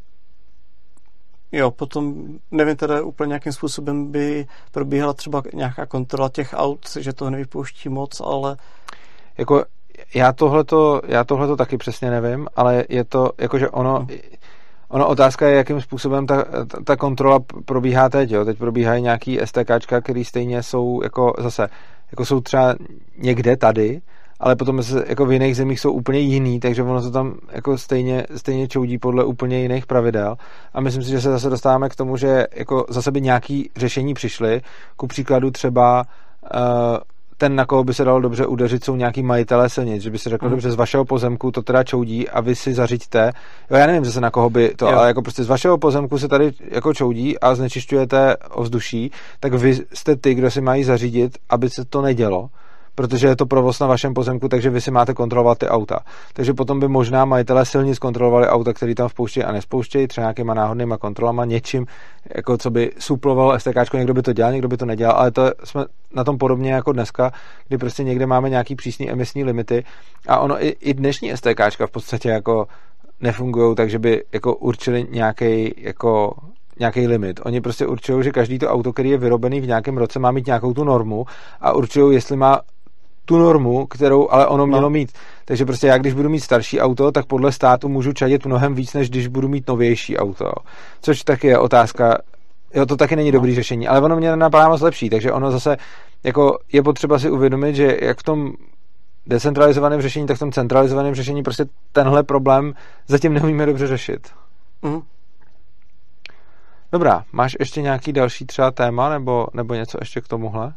jo, potom nevím teda úplně nějakým způsobem by probíhala třeba nějaká kontrola těch aut, že toho nevypouští moc, ale jako já tohleto, já tohleto taky přesně nevím, ale je to, jakože ono, hmm. ono otázka je, jakým způsobem ta, ta, ta kontrola probíhá teď, jo. Teď probíhají nějaký STKčka, který stejně jsou jako zase, jako jsou třeba někde tady, ale potom se, jako v jiných zemích jsou úplně jiný, takže ono to tam jako stejně, stejně čoudí podle úplně jiných pravidel a myslím si, že se zase dostáváme k tomu, že jako zase by nějaký řešení přišly, ku příkladu třeba uh, ten, na koho by se dalo dobře udeřit, jsou nějaký majitelé silnic, že by si řekl, mm. dobře, z vašeho pozemku to teda čoudí a vy si zařiďte. Jo, já nevím zase na koho by to, jo. Ale jako prostě z vašeho pozemku se tady jako čoudí a znečišťujete ovzduší, tak vy jste ty, kdo si mají zařídit, aby se to nedělo, protože je to provoz na vašem pozemku, takže vy si máte kontrolovat ty auta. Takže potom by možná majitelé silnic kontrolovali auta, které tam vpouštějí a nespouštějí, třeba nějakýma náhodnýma kontrolama, něčím, jako co by suplovalo STKčko, někdo by to dělal, někdo by to nedělal, ale to jsme na tom podobně jako dneska, kdy prostě někde máme nějaký přísný emisní limity a ono i, i dnešní STKčka v podstatě jako nefungujou, takže by jako určili nějaký jako nějaký limit. Oni prostě určují, že každý to auto, který je vyrobený v nějakém roce, má mít nějakou tu normu a určují, jestli má tu normu, kterou ale ono mělo no. mít. Takže prostě já, když budu mít starší auto, tak podle státu můžu čadit mnohem víc, než když budu mít novější auto. Což taky je otázka, jo, to taky není dobrý no. řešení, ale ono mě napadá moc lepší, takže ono zase jako je potřeba si uvědomit, že jak v tom decentralizovaném řešení, tak v tom centralizovaném řešení prostě tenhle problém zatím neumíme dobře řešit. Mm. Dobrá, máš ještě nějaký další třeba téma, nebo, nebo něco ještě k tomuhle?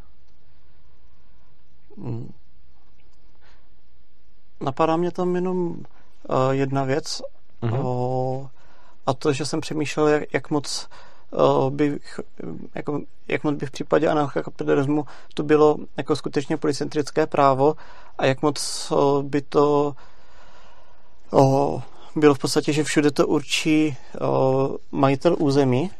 Mm. Napadá mě tam jenom uh, jedna věc mm-hmm. uh, a to, že jsem přemýšlel, jak, jak moc uh, by jako, jak moc by v případě anarchokapitalismu to bylo jako skutečně policentrické právo a jak moc uh, by to uh, bylo v podstatě, že všude to určí uh, majitel území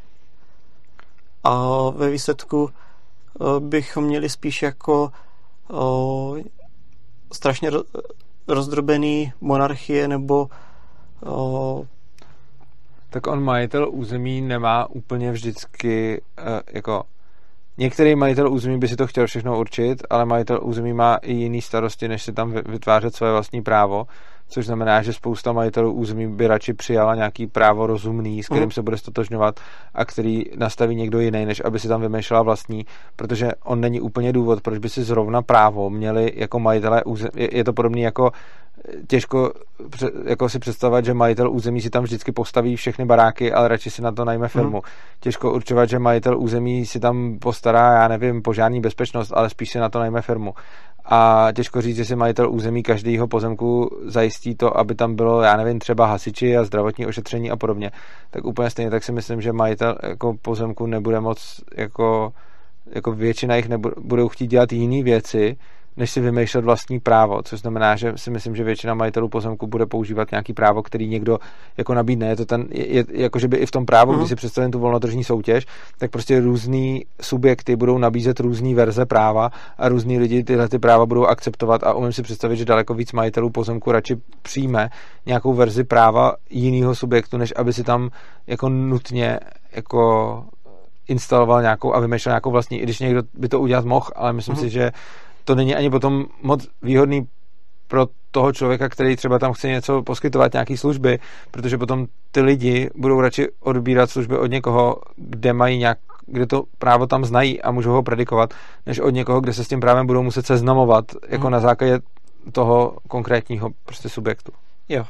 a ve výsledku uh, bychom měli spíš jako uh, strašně ro- rozdrobený monarchie nebo uh, tak on majitel území nemá úplně vždycky uh, jako některý majitel území by si to chtěl všechno určit, ale majitel území má i jiný starosti, než si tam vytvářet své vlastní právo, což znamená, že spousta majitelů území by radši přijala nějaký právo rozumný, s kterým mm. se bude stotožňovat a který nastaví někdo jiný, než aby si tam vymýšlela vlastní, protože on není úplně důvod, proč by si zrovna právo měli jako majitelé území. Je, je to podobný jako těžko jako si představovat, že majitel území si tam vždycky postaví všechny baráky, ale radši si na to najme firmu. Mm. Těžko určovat, že majitel území si tam postará, já nevím, požární bezpečnost, ale spíš si na to najme firmu. A těžko říct, že si majitel území každého pozemku zajistí to, aby tam bylo, já nevím, třeba hasiči a zdravotní ošetření a podobně. Tak úplně stejně tak si myslím, že majitel jako pozemku nebude moc, jako, jako většina jich nebudou chtít dělat jiné věci, než si vymýšlet vlastní právo, což znamená, že si myslím, že většina majitelů pozemku bude používat nějaký právo, který někdo jako nabídne. Je to ten, je, jako že by i v tom právu, mm. když si představím tu volnotržní soutěž, tak prostě různý subjekty budou nabízet různý verze práva a různý lidi tyhle ty práva budou akceptovat a umím si představit, že daleko víc majitelů pozemku radši přijme nějakou verzi práva jiného subjektu, než aby si tam jako nutně jako instaloval nějakou a vymýšlel nějakou vlastní, i když někdo by to udělat mohl, ale myslím mm. si, že to není ani potom moc výhodný pro toho člověka, který třeba tam chce něco poskytovat, nějaký služby, protože potom ty lidi budou radši odbírat služby od někoho, kde mají nějak, kde to právo tam znají a můžou ho predikovat, než od někoho, kde se s tím právem budou muset seznamovat, jako hmm. na základě toho konkrétního prostě subjektu. Jo.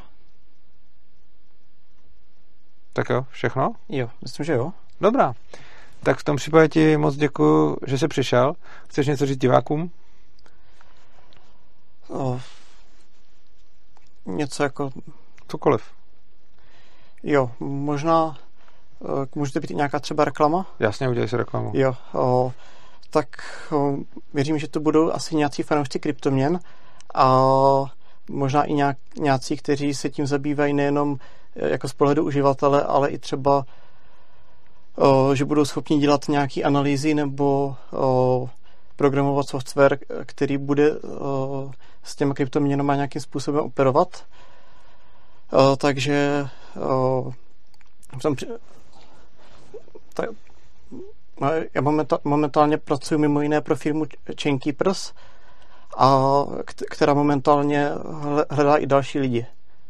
Tak jo, všechno? Jo, myslím, že jo. Dobrá. Tak v tom případě ti moc děkuju, že jsi přišel. Chceš něco říct divákům? O, něco jako... Cokoliv. Jo, možná může to být i nějaká třeba reklama? Jasně, udělej si reklamu. Jo, o, tak o, věřím, že to budou asi nějací fanoušci kryptoměn a možná i nějak, nějací, kteří se tím zabývají nejenom jako z pohledu uživatele, ale i třeba o, že budou schopni dělat nějaké analýzy nebo o, programovat software, který bude o, s těma kryptoměnama nějakým způsobem operovat. O, takže o, v tom, tak, já momentálně pracuji mimo jiné pro firmu Chainkeepers, a která momentálně hledá i další lidi.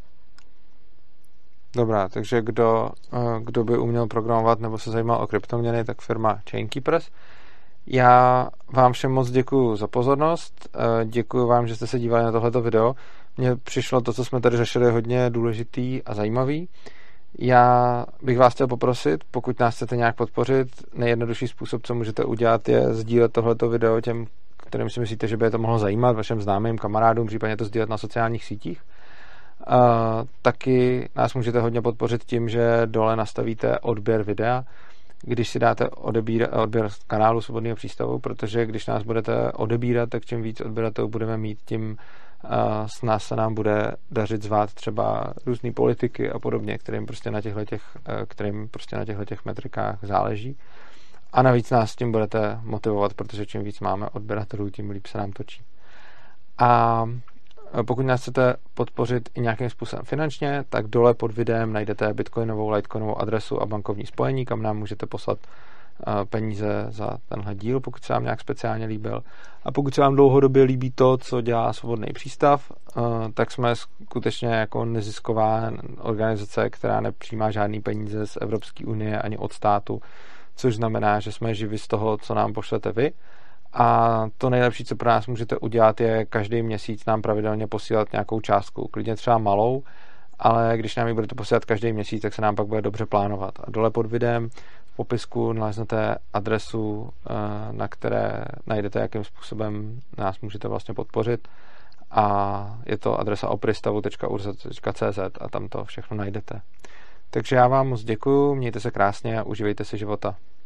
Dobrá, takže kdo, kdo by uměl programovat nebo se zajímal o kryptoměny, tak firma Chainkeepers. Já vám všem moc děkuju za pozornost, děkuju vám, že jste se dívali na tohleto video. Mně přišlo to, co jsme tady řešili, hodně důležitý a zajímavý. Já bych vás chtěl poprosit, pokud nás chcete nějak podpořit, nejjednodušší způsob, co můžete udělat, je sdílet tohleto video těm, kterým si myslíte, že by je to mohlo zajímat, vašim známým, kamarádům, případně to sdílet na sociálních sítích. Uh, taky nás můžete hodně podpořit tím, že dole nastavíte odběr videa, když si dáte odebír, odběr kanálu Svobodného přístavu, protože když nás budete odebírat, tak čím víc odběratelů budeme mít, tím uh, s nás se nám bude dařit zvát třeba různý politiky a podobně, kterým prostě na těchto těch, uh, kterým prostě na těchto těch metrikách záleží. A navíc nás tím budete motivovat, protože čím víc máme odběratelů, tím líp se nám točí. A pokud nás chcete podpořit i nějakým způsobem finančně, tak dole pod videem najdete bitcoinovou, litecoinovou adresu a bankovní spojení, kam nám můžete poslat peníze za tenhle díl, pokud se vám nějak speciálně líbil. A pokud se vám dlouhodobě líbí to, co dělá Svobodný přístav, tak jsme skutečně jako nezisková organizace, která nepřijímá žádný peníze z Evropské unie ani od státu, což znamená, že jsme živi z toho, co nám pošlete vy. A to nejlepší, co pro nás můžete udělat, je každý měsíc nám pravidelně posílat nějakou částku, klidně třeba malou, ale když nám ji budete posílat každý měsíc, tak se nám pak bude dobře plánovat. A dole pod videem v popisku naleznete adresu, na které najdete, jakým způsobem nás můžete vlastně podpořit, a je to adresa opristavu tečka urza tečka cé zet a tam to všechno najdete. Takže já vám moc děkuju, mějte se krásně a užívejte si života.